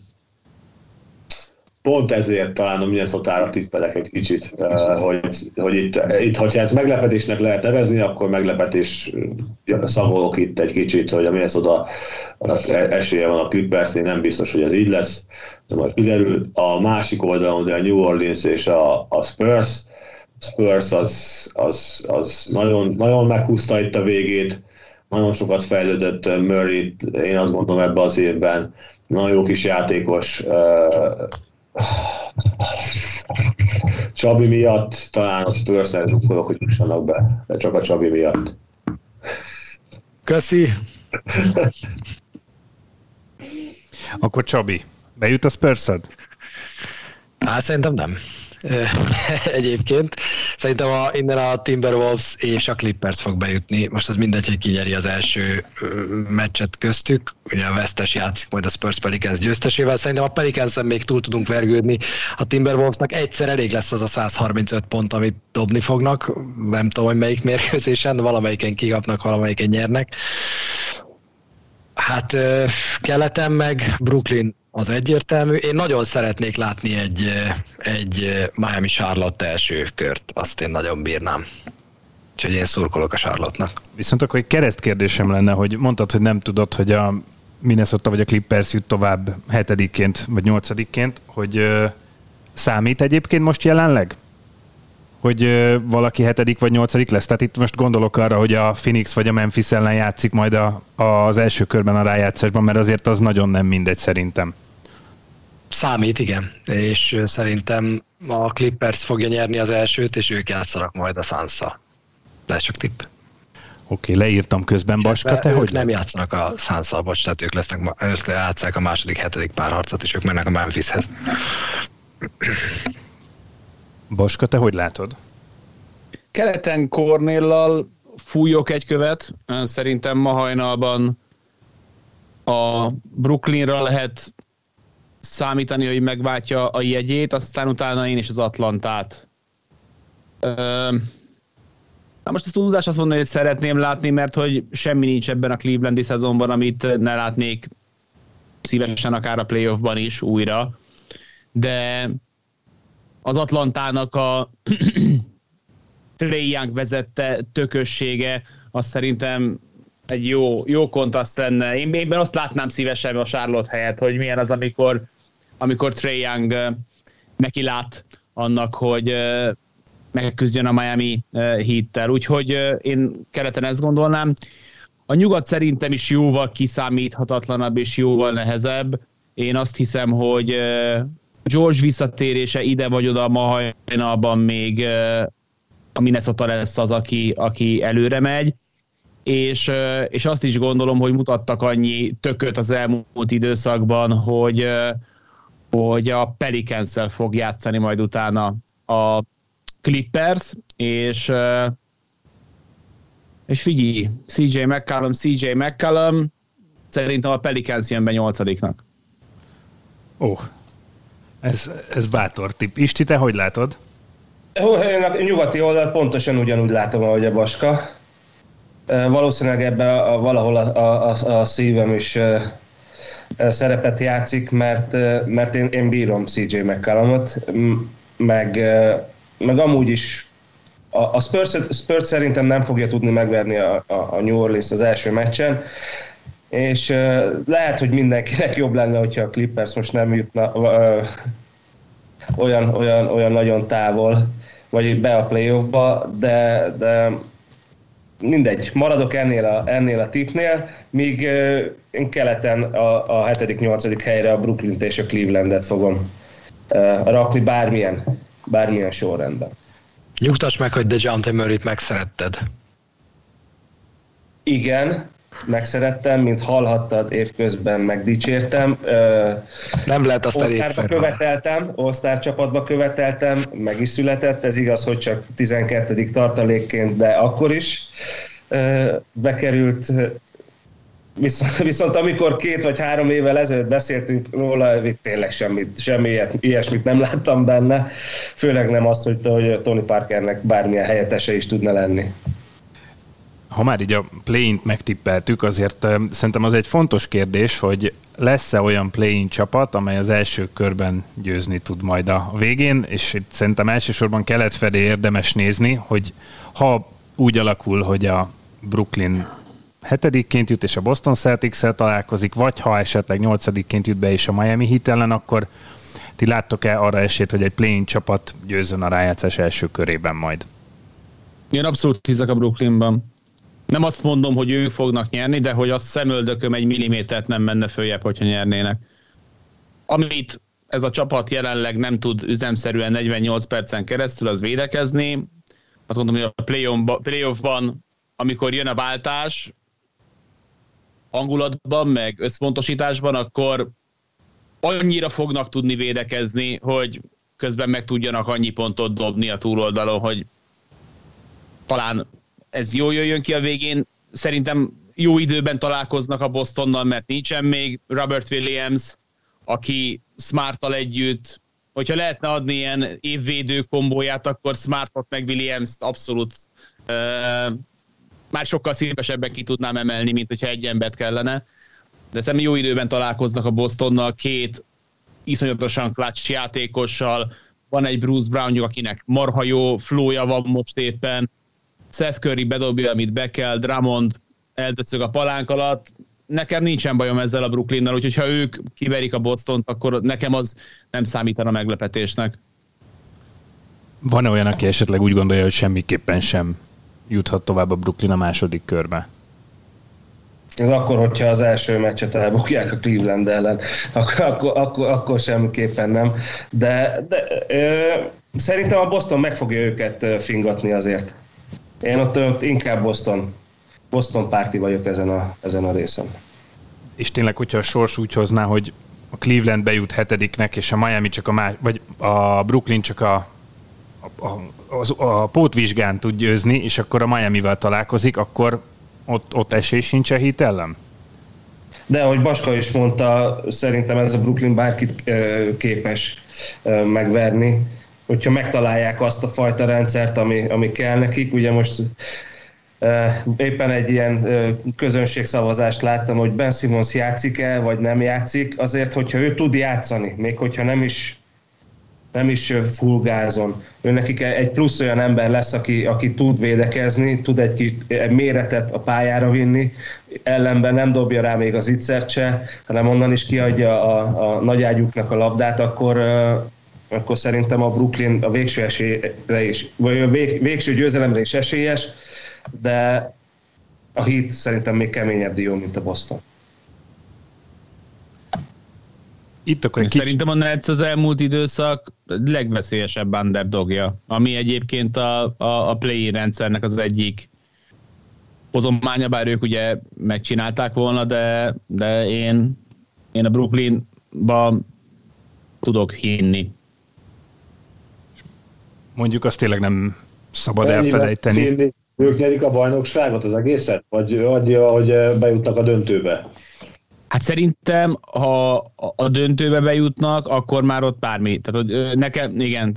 pont ezért talán a Minnesotára tisztelek egy kicsit, hogy itt, hogyha ezt meglepetésnek lehet nevezni, akkor meglepetés szagolok itt egy kicsit, hogy a Minnesota esélye van a Clippersnél, nem biztos, hogy ez így lesz, de majd kiderül. A másik oldalon, de a New Orleans és a Spurs az nagyon, nagyon meghúzta itt a végét, nagyon sokat fejlődött Murray, én azt gondolom ebben az évben, nagyon jó kis játékos, Csabi miatt talán a Spursnek drukkolok, hogy jussanak be, de csak a Csabi miatt. Köszi! Akkor Csabi, bejut a Spurs-ed? Szerintem nem. Egyébként. Szerintem innen a Timberwolves és a Clippers fog bejutni. Most az mindegy, hogy kinyeri az első meccset köztük. Ugye a vesztes játszik majd a Spurs Pelicans győztesével. Szerintem a Pelicansen még túl tudunk vergődni. A Timberwolvesnak egyszer elég lesz az a 135 pont, amit dobni fognak. Nem tudom, hogy melyik mérkőzésen, de valamelyiken kikapnak, valamelyiken nyernek. Hát keleten meg Brooklyn az egyértelmű. Én nagyon szeretnék látni egy Miami Charlotte első kört. Azt én nagyon bírnám. Úgyhogy én szurkolok a Charlotte-nak. Viszont akkor egy keresztkérdésem lenne, hogy mondtad, hogy nem tudod, hogy a Minnesota vagy a Clippers jut tovább 7-ként vagy 8-ként, hogy számít egyébként most jelenleg? Hogy valaki 7. vagy 8. lesz? Tehát itt most gondolok arra, hogy a Phoenix vagy a Memphis ellen játszik majd az első körben a rájátszásban, mert azért az nagyon nem mindegy szerintem. Számít, igen. És szerintem a Clippers fogja nyerni az elsőt, és ők játszanak majd a Suns-szal. De ez csak tipp. Oké, leírtam közben. Baska, te hogy? Nem játszanak a Suns-szal, bocs, tehát ők játsszák a második, 7. párharcot, és ők mennek a Memphishez. Baska, te hogy látod? Keleten Cornéllal fújok egy követ. Szerintem ma hajnalban a Brooklynra lehet számítani, hogy megváltja a jegyét, aztán utána én is az Atlantát. Na most ezt túlzás azt mondani, hogy szeretném látni, mert hogy semmi nincs ebben a Clevelandi szezonban, amit ne látnék szívesen akár a playoffban is újra. De az Atlantának a Trae Young vezette tökössége, az szerintem egy jó kontraszt lenne. Én azt látnám szívesen a Charlotte helyett, hogy milyen az, amikor Trae Young neki lát annak, hogy megküzdjön a Miami Heat-tel. Úgyhogy én keleten ezt gondolnám. A nyugat szerintem is jóval kiszámíthatatlanabb és jóval nehezebb. Én azt hiszem, hogy George visszatérése ide vagy oda ma hajnalban még a Minnesota lesz az, aki előre megy, és azt is gondolom, hogy mutattak annyi tököt az elmúlt időszakban, hogy a Pelicans-szel fog játszani majd utána a Clippers, és figyelj, CJ McCollum, szerintem a Pelicans jön be 8-nak. Ez bátor tipp. Isti, te hogy látod? Én a nyugati oldalt pontosan ugyanúgy látom, ahogy a Baska. Valószínűleg ebben valahol a szívem is szerepet játszik, mert én bírom CJ McCollumot, meg amúgy is a Spurs szerintem nem fogja tudni megverni a New Orleans az első meccsen, és lehet, hogy mindenkinek jobb lenne, hogyha a Clippers most nem jutna olyan nagyon távol, vagy be a playoffba, de mindegy, maradok ennél a tippnél, míg én keleten a 7.-8. helyre a Brooklynt és a Clevelandet fogom rakni bármilyen sorrendben. Nyugtass meg, hogy DeJounte Murrayt megszeretted. Igen, megszerettem, mint hallhattad, évközben megdicsértem. Nem lehet azt All-Star csapatba követeltem, meg is született, ez igaz, hogy csak 12. tartalékként, de akkor is bekerült. Viszont amikor 2 vagy 3 évvel ezelőtt beszéltünk róla, tényleg semmi ilyesmit nem láttam benne, főleg nem azt, hogy Tony Parkernek bármilyen helyettese is tudna lenni. Ha már így a play-int megtippeltük, azért szerintem az egy fontos kérdés, hogy lesz-e olyan play-in csapat, amely az első körben győzni tud majd a végén, és itt szerintem elsősorban kelet felé érdemes nézni, hogy ha úgy alakul, hogy a Brooklyn 7-ként jut és a Boston Celtics-szel találkozik, vagy ha esetleg 8-ként jut be és a Miami Heat ellen, akkor ti láttok-e arra esélyt, hogy egy play-in csapat győzzön a rájátszás első körében majd? Én abszolút hiszek a Brooklynban. Nem azt mondom, hogy ők fognak nyerni, de hogy a szemöldököm egy millimétert nem menne följebb, hogyha nyernének. Amit ez a csapat jelenleg nem tud üzemszerűen 48 percen keresztül, az védekezni. Azt mondom, hogy a playoffban, amikor jön a váltás, hangulatban, meg összpontosításban, akkor annyira fognak tudni védekezni, hogy közben meg tudjanak annyi pontot dobni a túloldalon, hogy talán ez jól jöjjön ki a végén. Szerintem jó időben találkoznak a Bostonnal, mert nincsen még Robert Williams, aki Smarttal együtt. Hogyha lehetne adni ilyen évvédő kombóját, akkor Smartot meg Williams-t abszolút már sokkal szívesebben ki tudnám emelni, mint hogyha egy embert kellene. De szerintem jó időben találkoznak a Bostonnal, 2 iszonyatosan clutch játékossal, van egy Bruce Brownjuk, akinek marha jó flója van most éppen, Seth Curry bedobja, amit be kell, Drummond eldöcög a palánk alatt. Nekem nincsen bajom ezzel a Brooklynnal, úgyhogy ha ők kiverik a Bostont, akkor nekem az nem számítana meglepetésnek. Van-e olyan, aki esetleg úgy gondolja, hogy semmiképpen sem juthat tovább a Brooklyn a második körbe? Ez akkor, hogyha az első meccset elbukják a Cleveland ellen, akkor semmiképpen nem. De szerintem a Boston meg fogja őket fingatni azért. Én ott inkább Boston párti vagyok ezen a részen. És tényleg, hogyha a sors úgy hozná, hogy a Cleveland bejut 7-nek, és a Miami csak vagy a Brooklyn csak a pótvizsgán tud győzni, és akkor a Miamivel találkozik, akkor ott esély sincs a Heat ellen? De ahogy Baska is mondta, szerintem ez a Brooklyn bárkit képes megverni, hogyha megtalálják azt a fajta rendszert, ami kell nekik. Ugye most éppen egy ilyen közönségszavazást láttam, hogy Ben Simmons játszik-e, vagy nem játszik, azért, hogyha ő tud játszani, még hogyha nem is full gázon. Ő nekik egy plusz olyan ember lesz, aki tud védekezni, tud egy méretet a pályára vinni, ellenben nem dobja rá még az ittszert se, hanem onnan is kiadja a nagyágyuknak a labdát, akkor szerintem a Brooklyn a végső esélyre is, vagy a végső győzelemre is esélyes, de a Heat szerintem még keményebb dió, mint a Boston. Itt akkor szerintem a Nets az elmúlt időszak legveszélyesebb underdogja, ami egyébként a play-in rendszernek az egyik hozománya, bár ők ugye megcsinálták volna, de én a Brooklynban tudok hinni. Mondjuk azt tényleg nem szabad elfelejteni. Ők nyerik a bajnokságot, az egészet? Vagy adja, hogy bejutnak a döntőbe? Hát szerintem, ha a döntőbe bejutnak, akkor már ott bármi. Tehát, hogy nekem, igen.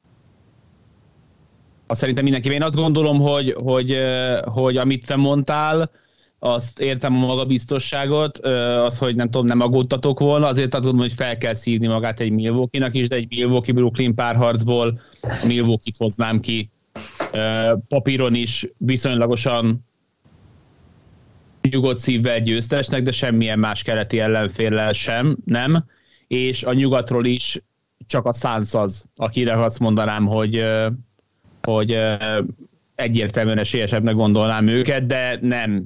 Azt szerintem mindenki. Én azt gondolom, hogy amit te mondtál, azt értem a magabiztosságot, az, hogy nem tudom, nem aggódtatok volna, azért azt gondolom, hogy fel kell szívni magát egy Milwaukee-nak is, de egy Milwaukee-Brooklyn párharcból Milwaukee-t hoznám ki. Papíron is viszonylagosan nyugodt szívvel győztesnek, de semmilyen más keleti ellenféllel sem, nem. És a nyugatról is csak a Suns az, akire azt mondanám, hogy egyértelműen esélyesebbnek gondolnám őket, de nem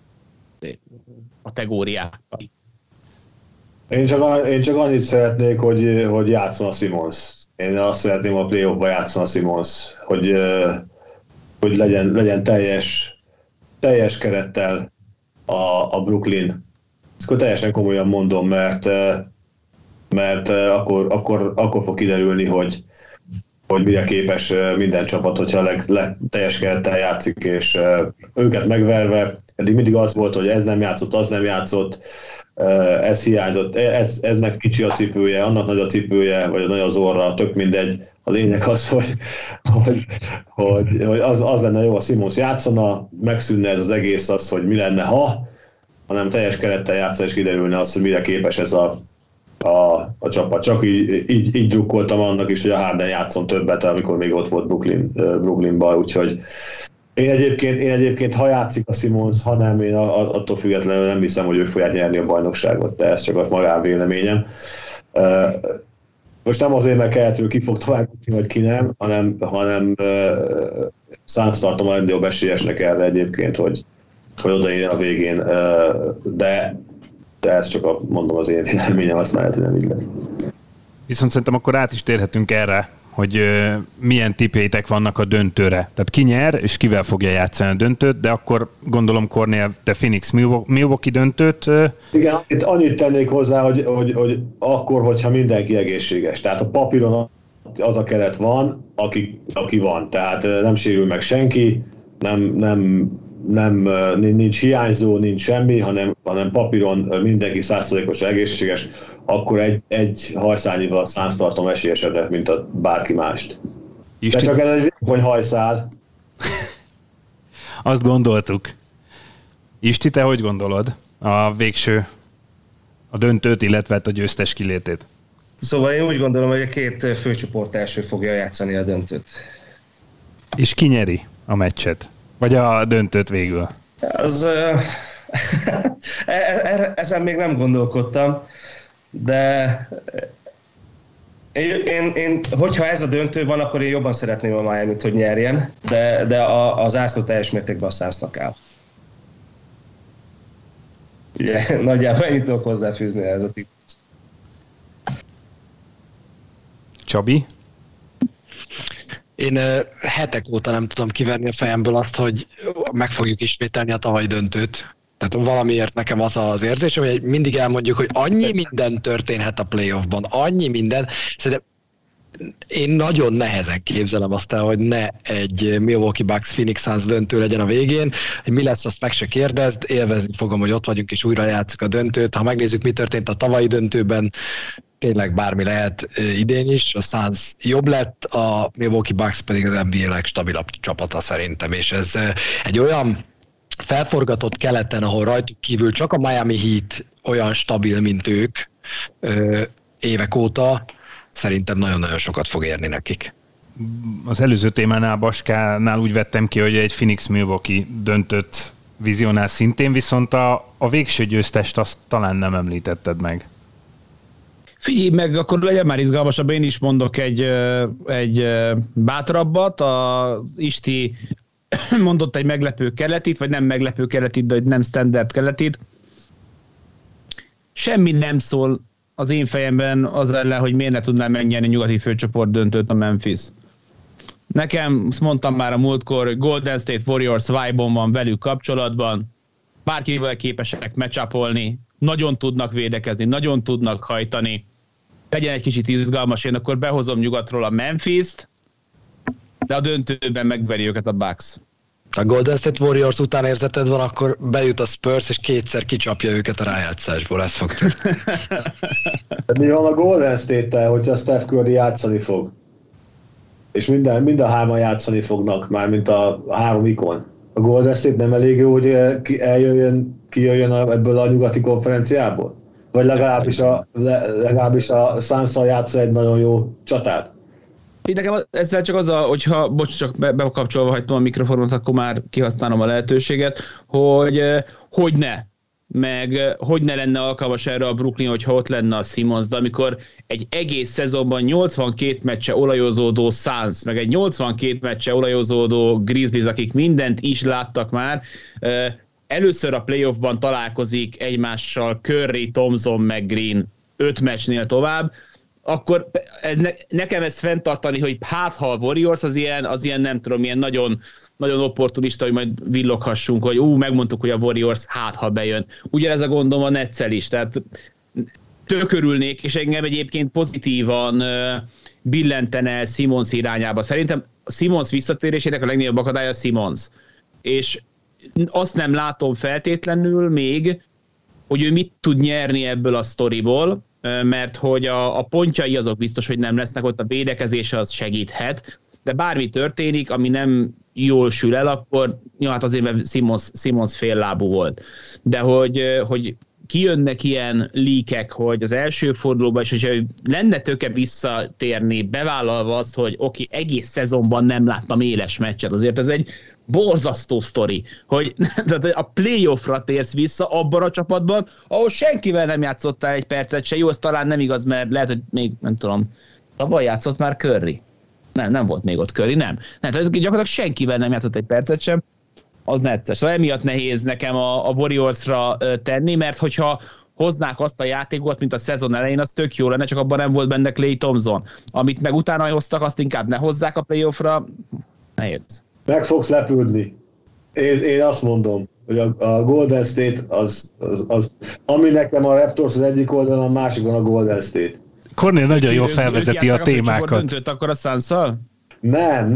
kategóriák. Én csak annyit szeretnék, hogy játszon a Simmons. Én azt szeretném, a playoffba játszon a Simmons, hogy legyen teljes kerettel a Brooklyn. Ezt teljesen komolyan mondom, mert akkor fog kiderülni, hogy mire képes minden csapat, hogyha teljes kerettel játszik, és őket megverve, eddig mindig az volt, hogy ez nem játszott, az nem játszott, ez hiányzott, ez meg kicsi a cipője, annak nagy a cipője, vagy nagy az orra, tök mindegy. A lényeg az, hogy az lenne jó, a Simmons játszana, megszűnne ez az egész az, hogy mi lenne, hanem teljes kerettel játszana, és kiderülne az, hogy mire képes ez a csapat. Csak így drukkoltam annak is, hogy a Harden játszon többet, amikor még ott volt Brooklynban, úgyhogy én egyébként, ha játszik a Simmons, ha nem, én attól függetlenül nem hiszem, hogy ők fogják nyerni a bajnokságot, de ez csak a magánvéleményem. Most nem azért, mert keletről ki fog tovább, vagy ki nem, hanem Suns tartom a legnagyobb esélyesnek erre egyébként, hogy odaérjen a végén, de ez csak mondom az én véleményem, aztán lehet, hogy nem így lesz. Viszont szerintem akkor át is térhetünk erre, hogy milyen tippjeitek vannak a döntőre. Tehát ki nyer, és kivel fogja játszani a döntőt, de akkor gondolom, Kornél, te Phoenix-Milwaukee döntőt... Igen, itt annyit tennék hozzá, hogy akkor, hogyha mindenki egészséges. Tehát a papíron az a keret van, aki van. Tehát nem sérül meg senki, nincs hiányzó, nincs semmi, hanem papíron mindenki 100%-os egészséges, akkor egy hajszálnyival Suns tartom esélyesebbnek, mint a bárki mást. De csak ez egy vékony hajszál. Azt gondoltuk. Isti, te hogy gondolod a döntőt, illetve a győztes kilétét? Szóval én úgy gondolom, hogy a két főcsoport első fogja játszani a döntőt. És ki nyeri a meccset? Vagy a döntőt végül? Ezen még nem gondolkodtam, de én, hogyha ez a döntő van, akkor én jobban szeretném a Miamit, hogy nyerjen, de az zászló teljes mértékben a Sunsnak áll. Ugye, nagyjából ennyit tudok hozzáfűzni ez a tippet. Csabi? Én hetek óta nem tudom kiverni a fejemből azt, hogy meg fogjuk ismételni a tavalyi döntőt. Tehát valamiért nekem az az érzésem, hogy mindig elmondjuk, hogy annyi minden történhet a playoffban, annyi minden. Szerintem én nagyon nehezen képzelem azt el, hogy ne egy Milwaukee Bucks Phoenix Suns döntő legyen a végén. Hogy mi lesz, azt meg se kérdezd, élvezni fogom, hogy ott vagyunk és újra játsszuk a döntőt. Ha megnézzük, mi történt a tavalyi döntőben, tényleg bármi lehet idén is. A Suns jobb lett, a Milwaukee Bucks pedig az NBA legstabilabb csapata szerintem, és ez egy olyan felforgatott keleten, ahol rajtuk kívül csak a Miami Heat olyan stabil, mint ők évek óta, szerintem nagyon-nagyon sokat fog érni nekik. Az előző témánál, Baskánál úgy vettem ki, hogy egy Phoenix-Milwaukee döntött vizionál szintén, viszont a végső győztest azt talán nem említetted meg. Figyelj meg, akkor legyen már izgalmasabb, én is mondok egy bátrabbat, a Isti mondott egy meglepő keletit, vagy nem meglepő keletit, de nem standard keletit. Semmi nem szól az én fejemben az ellen, hogy miért ne tudnám megnyerni nyugati főcsoport döntőt a Memphis. Nekem, azt mondtam már a múltkor, Golden State Warriors vibe-on van velük kapcsolatban, bárkivel képesek matchupolni, nagyon tudnak védekezni, nagyon tudnak hajtani, legyen egy kicsit izgalmas, én akkor behozom nyugatról a Memphist, de a döntőben megveri őket a Bucks. A Golden State Warriors után érzeted van, akkor bejut a Spurs, és kétszer kicsapja őket a rájátszásból, ez fog történni. Mi van a Golden State-tel, hogyha Steph Curry játszani fog? És mind a hárman játszani fognak, mármint a három ikon. A Golden State nem elég jó, hogy kijöjjön ebből a nyugati konferenciából? Vagy legalábbis a Suns-szal játsza egy nagyon jó csatát? Így nekem ezzel csak az hogyha csak bekapcsolva hagytam a mikrofonot, akkor már kihasználom a lehetőséget, hogy ne. meg hogy ne lenne alkalmas erre a Brooklyn, hogyha ott lenne a Simmons, de amikor egy egész szezonban 82 meccse olajozódó Suns, meg egy 82 meccse olajozódó Grizzlies, akik mindent is láttak már, először a playoffban találkozik egymással Curry, Thompson, meg Green 5 meccsnél tovább, akkor nekem ezt fenntartani, hogy hát ha a Warriors az ilyen nem tudom, ilyen nagyon, nagyon opportunista, hogy majd villoghassunk, hogy megmondtuk, hogy a Warriors hát ha bejön. Ugyanez a gondom a Netszel is, tehát tök örülnék, és engem egyébként pozitívan billentene Simmons irányába. Szerintem a Simmons visszatérésének a legnagyobb akadálya Simmons. És azt nem látom feltétlenül még, hogy ő mit tud nyerni ebből a sztoriból, mert hogy a pontjai azok biztos, hogy nem lesznek ott, a védekezése az segíthet, de bármi történik, ami nem jól sül el, akkor hát azért, mert Simmons féllábú volt. De hogy kijönnek ilyen líkek, hogy az első fordulóban, és hogyha lenne töke visszatérni, bevállalva azt, hogy oké, egész szezonban nem láttam éles meccset, azért ez egy borzasztó sztori, hogy a playoffra térsz vissza abban a csapatban, ahol senkivel nem játszottál egy percet se. Jó, az talán nem igaz, mert lehet, hogy még, nem tudom, tavaly játszott már Curry. Nem volt még ott Curry, nem. Tehát gyakorlatilag senkivel nem játszott egy percet sem, az necces. Szóval emiatt nehéz nekem a Warriorsra tenni, mert hogyha hoznák azt a játékot, mint a szezon elején, az tök jó lenne, csak abban nem volt benne Klay Thompson. Amit meg utána hoztak, azt inkább ne hozzák a playoffra, nehéz. Meg fogsz lepődni. Én azt mondom, hogy a Golden State az ami nekem a Raptors az egyik oldalon, a másikon a Golden State. Kornél nagyon jól felvezeti a témákat. Döntött akkor a Suns-szal? Nem.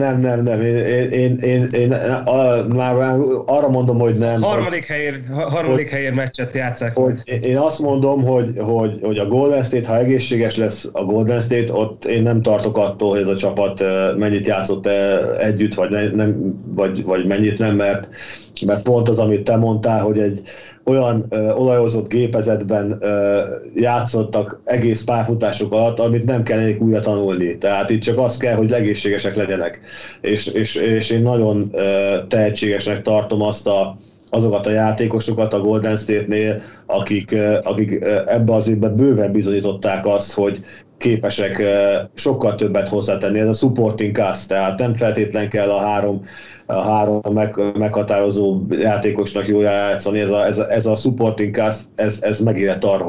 Én már arra mondom, hogy nem. Harmadik helyért meccset játsszák. Én azt mondom, hogy a Golden State, ha egészséges lesz a Golden State, ott én nem tartok attól, hogy ez a csapat mennyit játszott együtt, vagy mennyit nem, mert pont az, amit te mondtál, hogy egy olyan olajozott gépezetben játszottak egész pályafutások alatt, amit nem kell nekik újra tanulni. Tehát itt csak az kell, hogy egészségesek legyenek. És én nagyon tehetségesnek tartom azokat a játékosokat a Golden State-nél, akik ebbe az évben bőven bizonyították azt, hogy képesek sokkal többet hozzátenni. Ez a supporting cast, tehát nem feltétlen kell a három meghatározó játékosnak jól játszani. Ez a supporting cast, ez megérett arra,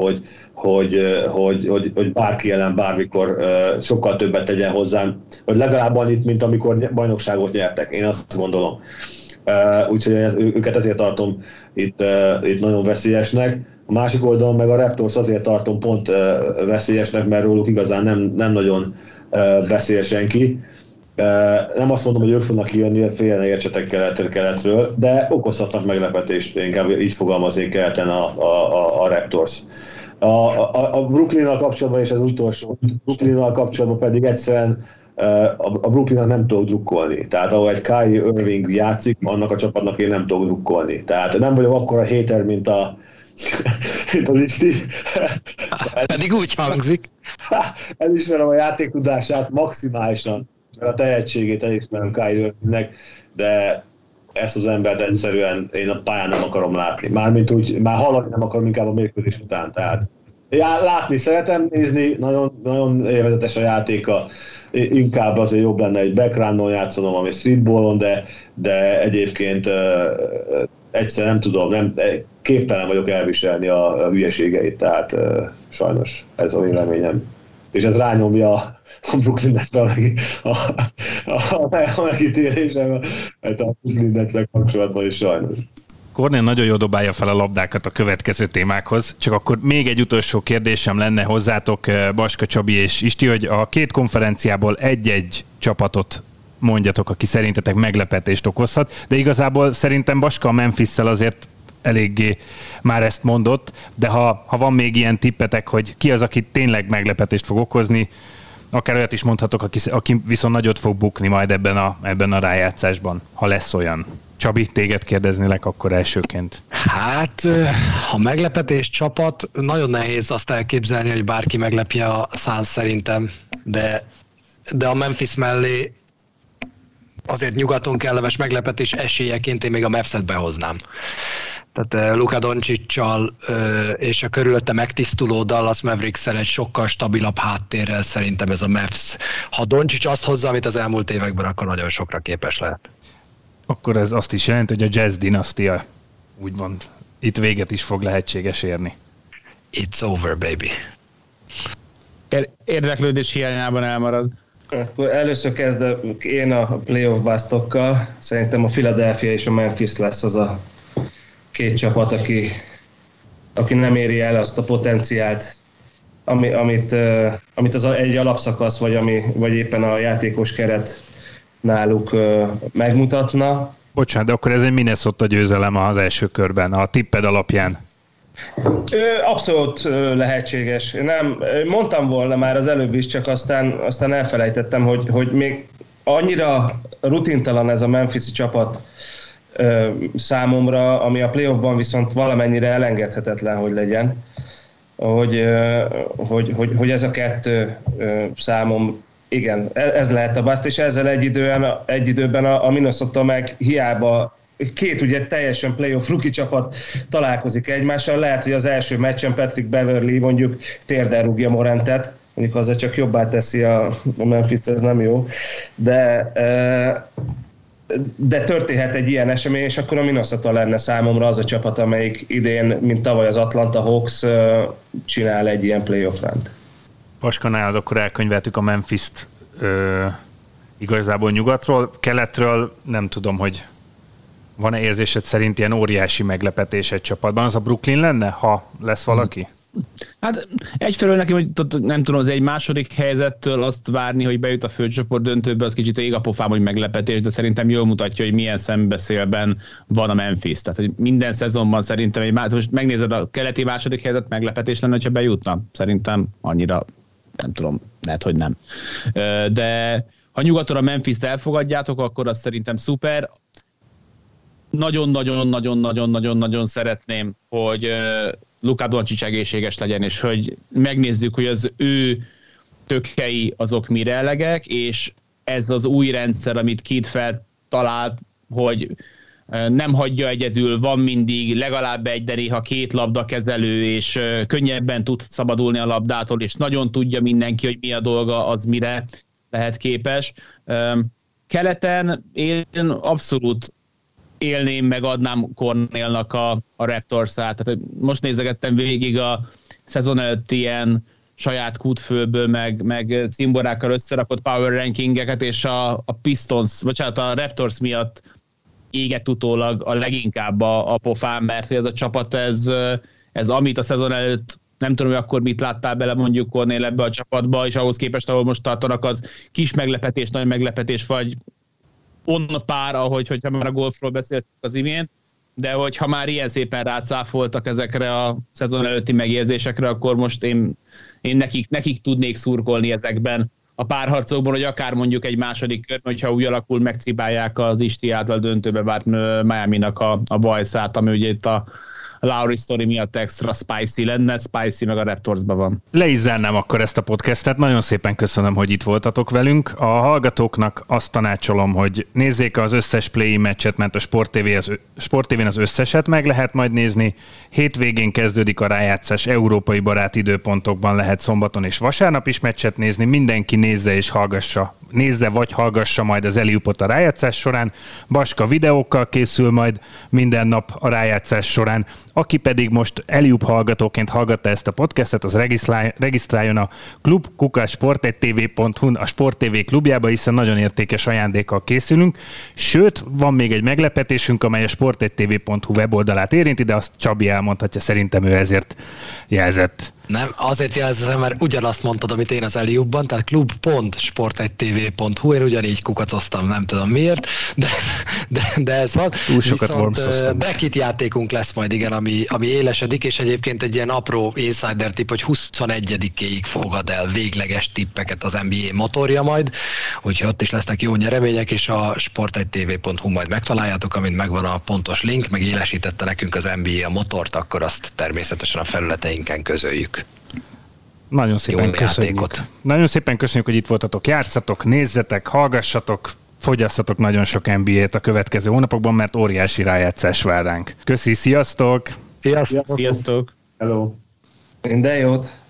hogy bárki ellen bármikor sokkal többet tegyen hozzám, vagy legalább annyit, mint amikor bajnokságot nyertek. Én azt gondolom. Úgyhogy őket ezért tartom itt nagyon veszélyesnek. A másik oldalon meg a Raptors azért tartom pont veszélyesnek, mert róluk igazán nem nagyon beszél senki. Nem azt mondom, hogy ők fognak kijönni, félre ne értsetek keletről, de okozhatnak meglepetést, inkább így fogalmaznék keleten a Raptors. A Brooklynnal kapcsolatban, és az utolsó, Brooklynnal kapcsolatban pedig egyszerűen a Brooklynnak nem tudok drukkolni. Tehát ahol egy Kyrie Irving játszik, annak a csapatnak én nem tudok drukkolni. Tehát nem vagyok akkora hater, mint az Isti. Pedig úgy hangzik. Elismerem a játéktudását maximálisan, mert a tehetségét elismerem Kyrie Irvingnek, de ezt az embert egyszerűen én a pályán nem akarom látni. Mármint úgy, már hallani nem akarom, inkább a mérkőzés után. Tehát látni szeretem, nézni, nagyon, nagyon élvezetes a játéka. Inkább azért jobb lenne egy backgroundon játszanom, ami streetballon, de egyébként egyszer nem tudom, képtelen vagyok elviselni a hülyeségeit, tehát sajnos ez a véleményem. És ez rányomja a Brooklyn Netsre a megítélésem, a Brooklyn Netsre kapcsolatban is sajnos. Kornél nagyon jól dobálja fel a labdákat a következő témákhoz, csak akkor még egy utolsó kérdésem lenne hozzátok, Baska, Csabi és Isti, hogy a két konferenciából egy-egy csapatot mondjatok, aki szerintetek meglepetést okozhat, de igazából szerintem Baska a Memphisszel azért eléggé már ezt mondott, de ha van még ilyen tippetek, hogy ki az, aki tényleg meglepetést fog okozni, akár olyat is mondhatok, aki viszont nagyot fog bukni majd ebben a rájátszásban, ha lesz olyan. Csabi, téged kérdeznélek akkor elsőként. Hát, ha meglepetés csapat, nagyon nehéz azt elképzelni, hogy bárki meglepje a Suns szerintem, de a Memphis mellé azért nyugaton kellemes meglepetés esélyeként én még a Mavs-et behoznám. Tehát Luka Doncsic-csal és a körülötte megtisztuló Dallas Mavericks-szel egy sokkal stabilabb háttérrel szerintem ez a Mavs. Ha Doncic azt hozza, amit az elmúlt években, akkor nagyon sokra képes lehet. Akkor ez azt is jelenti, hogy a Jazz dinasztia úgymond itt véget is fog lehetséges érni. It's over, baby. Érdeklődés hiányában elmarad. Akkor először kezdek én a playoff bust-okkal. Szerintem a Philadelphia és a Memphis lesz az a két csapat, aki nem éri el azt a potenciált, amit az egy alapszakasz, vagy éppen a játékos keret náluk megmutatna. Bocsánat, de akkor ez egy Minnesota győzelem az első körben, a tipped alapján. Abszolút lehetséges. Nem, mondtam volna már az előbb is, csak aztán elfelejtettem, hogy még annyira rutintalan ez a Memphis-i csapat számomra, ami a playoffban viszont valamennyire elengedhetetlen, hogy legyen, hogy ez a kettő számom, igen, ez lehet a bust, és ezzel egy időben a Minnesota meg hiába két ugye teljesen playoff rookie csapat találkozik egymással. Lehet, hogy az első meccsen Patrick Beverley mondjuk térdel rúgja Morantet, mondjuk azzal csak jobbá teszi a Memphis-t, ez nem jó, de történhet egy ilyen esemény, és akkor a Minnesota lenne számomra az a csapat, amelyik idén, mint tavaly az Atlanta Hawks csinál egy ilyen playoff run-t. Paska, nálad akkor elkönyveltük a Memphis-t igazából nyugatról, keletről nem tudom, hogy van-e érzésed szerint ilyen óriási meglepetés egy csapatban? Az a Brooklyn lenne, ha lesz valaki? Hát egyfelől nekem, hogy nem tudom, az egy második helyzettől azt várni, hogy bejut a főcsoport döntőbe, az kicsit ég a pofám, hogy meglepetés, de szerintem jól mutatja, hogy milyen szembeszélben van a Memphis. Tehát, hogy minden szezonban szerintem, most megnézed a keleti második helyzet, meglepetés lenne, hogyha bejutna. Szerintem annyira, nem tudom, lehet, hogy nem. De ha nyugaton a Memphis-t elfogadjátok, akkor az szerintem szuper. Nagyon-nagyon szeretném, hogy Luka Doncic egészséges legyen, és hogy megnézzük, hogy az ő tökei azok mire elegek, és ez az új rendszer, amit Kidd feltalált, hogy nem hagyja egyedül, van mindig legalább egy, de néha két labdakezelő, és könnyebben tud szabadulni a labdától, és nagyon tudja mindenki, hogy mi a dolga, az mire lehet képes. Keleten én abszolút élném, meg adnám Cornélnak a Raptors-át. Tehát most nézegettem végig a szezon előtti ilyen saját kútfőből, meg cimborákkal összerakott power rankingeket, és a Raptors miatt égett utólag a leginkább a pofán, mert hogy ez a csapat, ez amit a szezon előtt nem tudom, hogy akkor mit láttál bele mondjuk Cornél ebbe a csapatba, és ahhoz képest, ahol most tartanak, az kis meglepetés, nagy meglepetés, vagy on pár, hogyha már a golfról beszéltük az imént, de hogyha már ilyen szépen rácáfoltak ezekre a szezon előtti megérzésekre, akkor most én nekik tudnék szurkolni ezekben a párharcokban, hogy akár mondjuk egy második kör, hogyha úgy alakul, megcibálják az Isti által döntőbe várt Miami-nak a bajszát, ami ugye itt a Lowry sztori miatt extra spicy lenne, spicy meg a Raptorsban van. Le is zárnám akkor ezt a podcastet. Nagyon szépen köszönöm, hogy itt voltatok velünk. A hallgatóknak azt tanácsolom, hogy nézzék az összes play-in meccset, mert a Sport TV-n az összeset meg lehet majd nézni. Hétvégén kezdődik a rájátszás, európai barát időpontokban lehet szombaton és vasárnap is meccset nézni. Mindenki nézze vagy hallgassa majd az Eliupot a rájátszás során. Baska videókkal készül majd minden nap a rájátszás során. Aki pedig most Eliup hallgatóként hallgatta ezt a podcastet, az regisztráljon a klub@sport1tv.hu-n a Sport TV klubjába, hiszen nagyon értékes ajándékkal készülünk. Sőt, van még egy meglepetésünk, amely a sport1tv.hu weboldalát érinti, de azt Csabi elmondhatja, szerintem ő ezért jelzett. Nem, azért jelzem, mert ugyanazt mondtad, amit én az Eliubban, tehát klub.sport1tv.hu, én ugyanígy kukacoztam, nem tudom miért, de ez van. Túl sokat wormszoztam. Bracket játékunk lesz majd, igen, ami élesedik, és egyébként egy ilyen apró insider tipp, hogy 21-ig fogad el végleges tippeket az NBA motorja majd, úgyhogy ott is lesznek jó nyeremények, és a sport1tv.hu majd megtaláljátok, amint megvan a pontos link, meg élesítette nekünk az NBA a motort, akkor azt természetesen a felületeinken közöljük. Nagyon szépen köszönjük. Nagyon szépen köszönjük, hogy itt voltatok, játszatok, nézzetek, hallgassatok, fogyasszatok nagyon sok NBA-t a következő hónapokban, mert óriási rájátszás vár ránk. Köszi, sziasztok! Sziasztok! Sziasztok! Hello! Minden jót!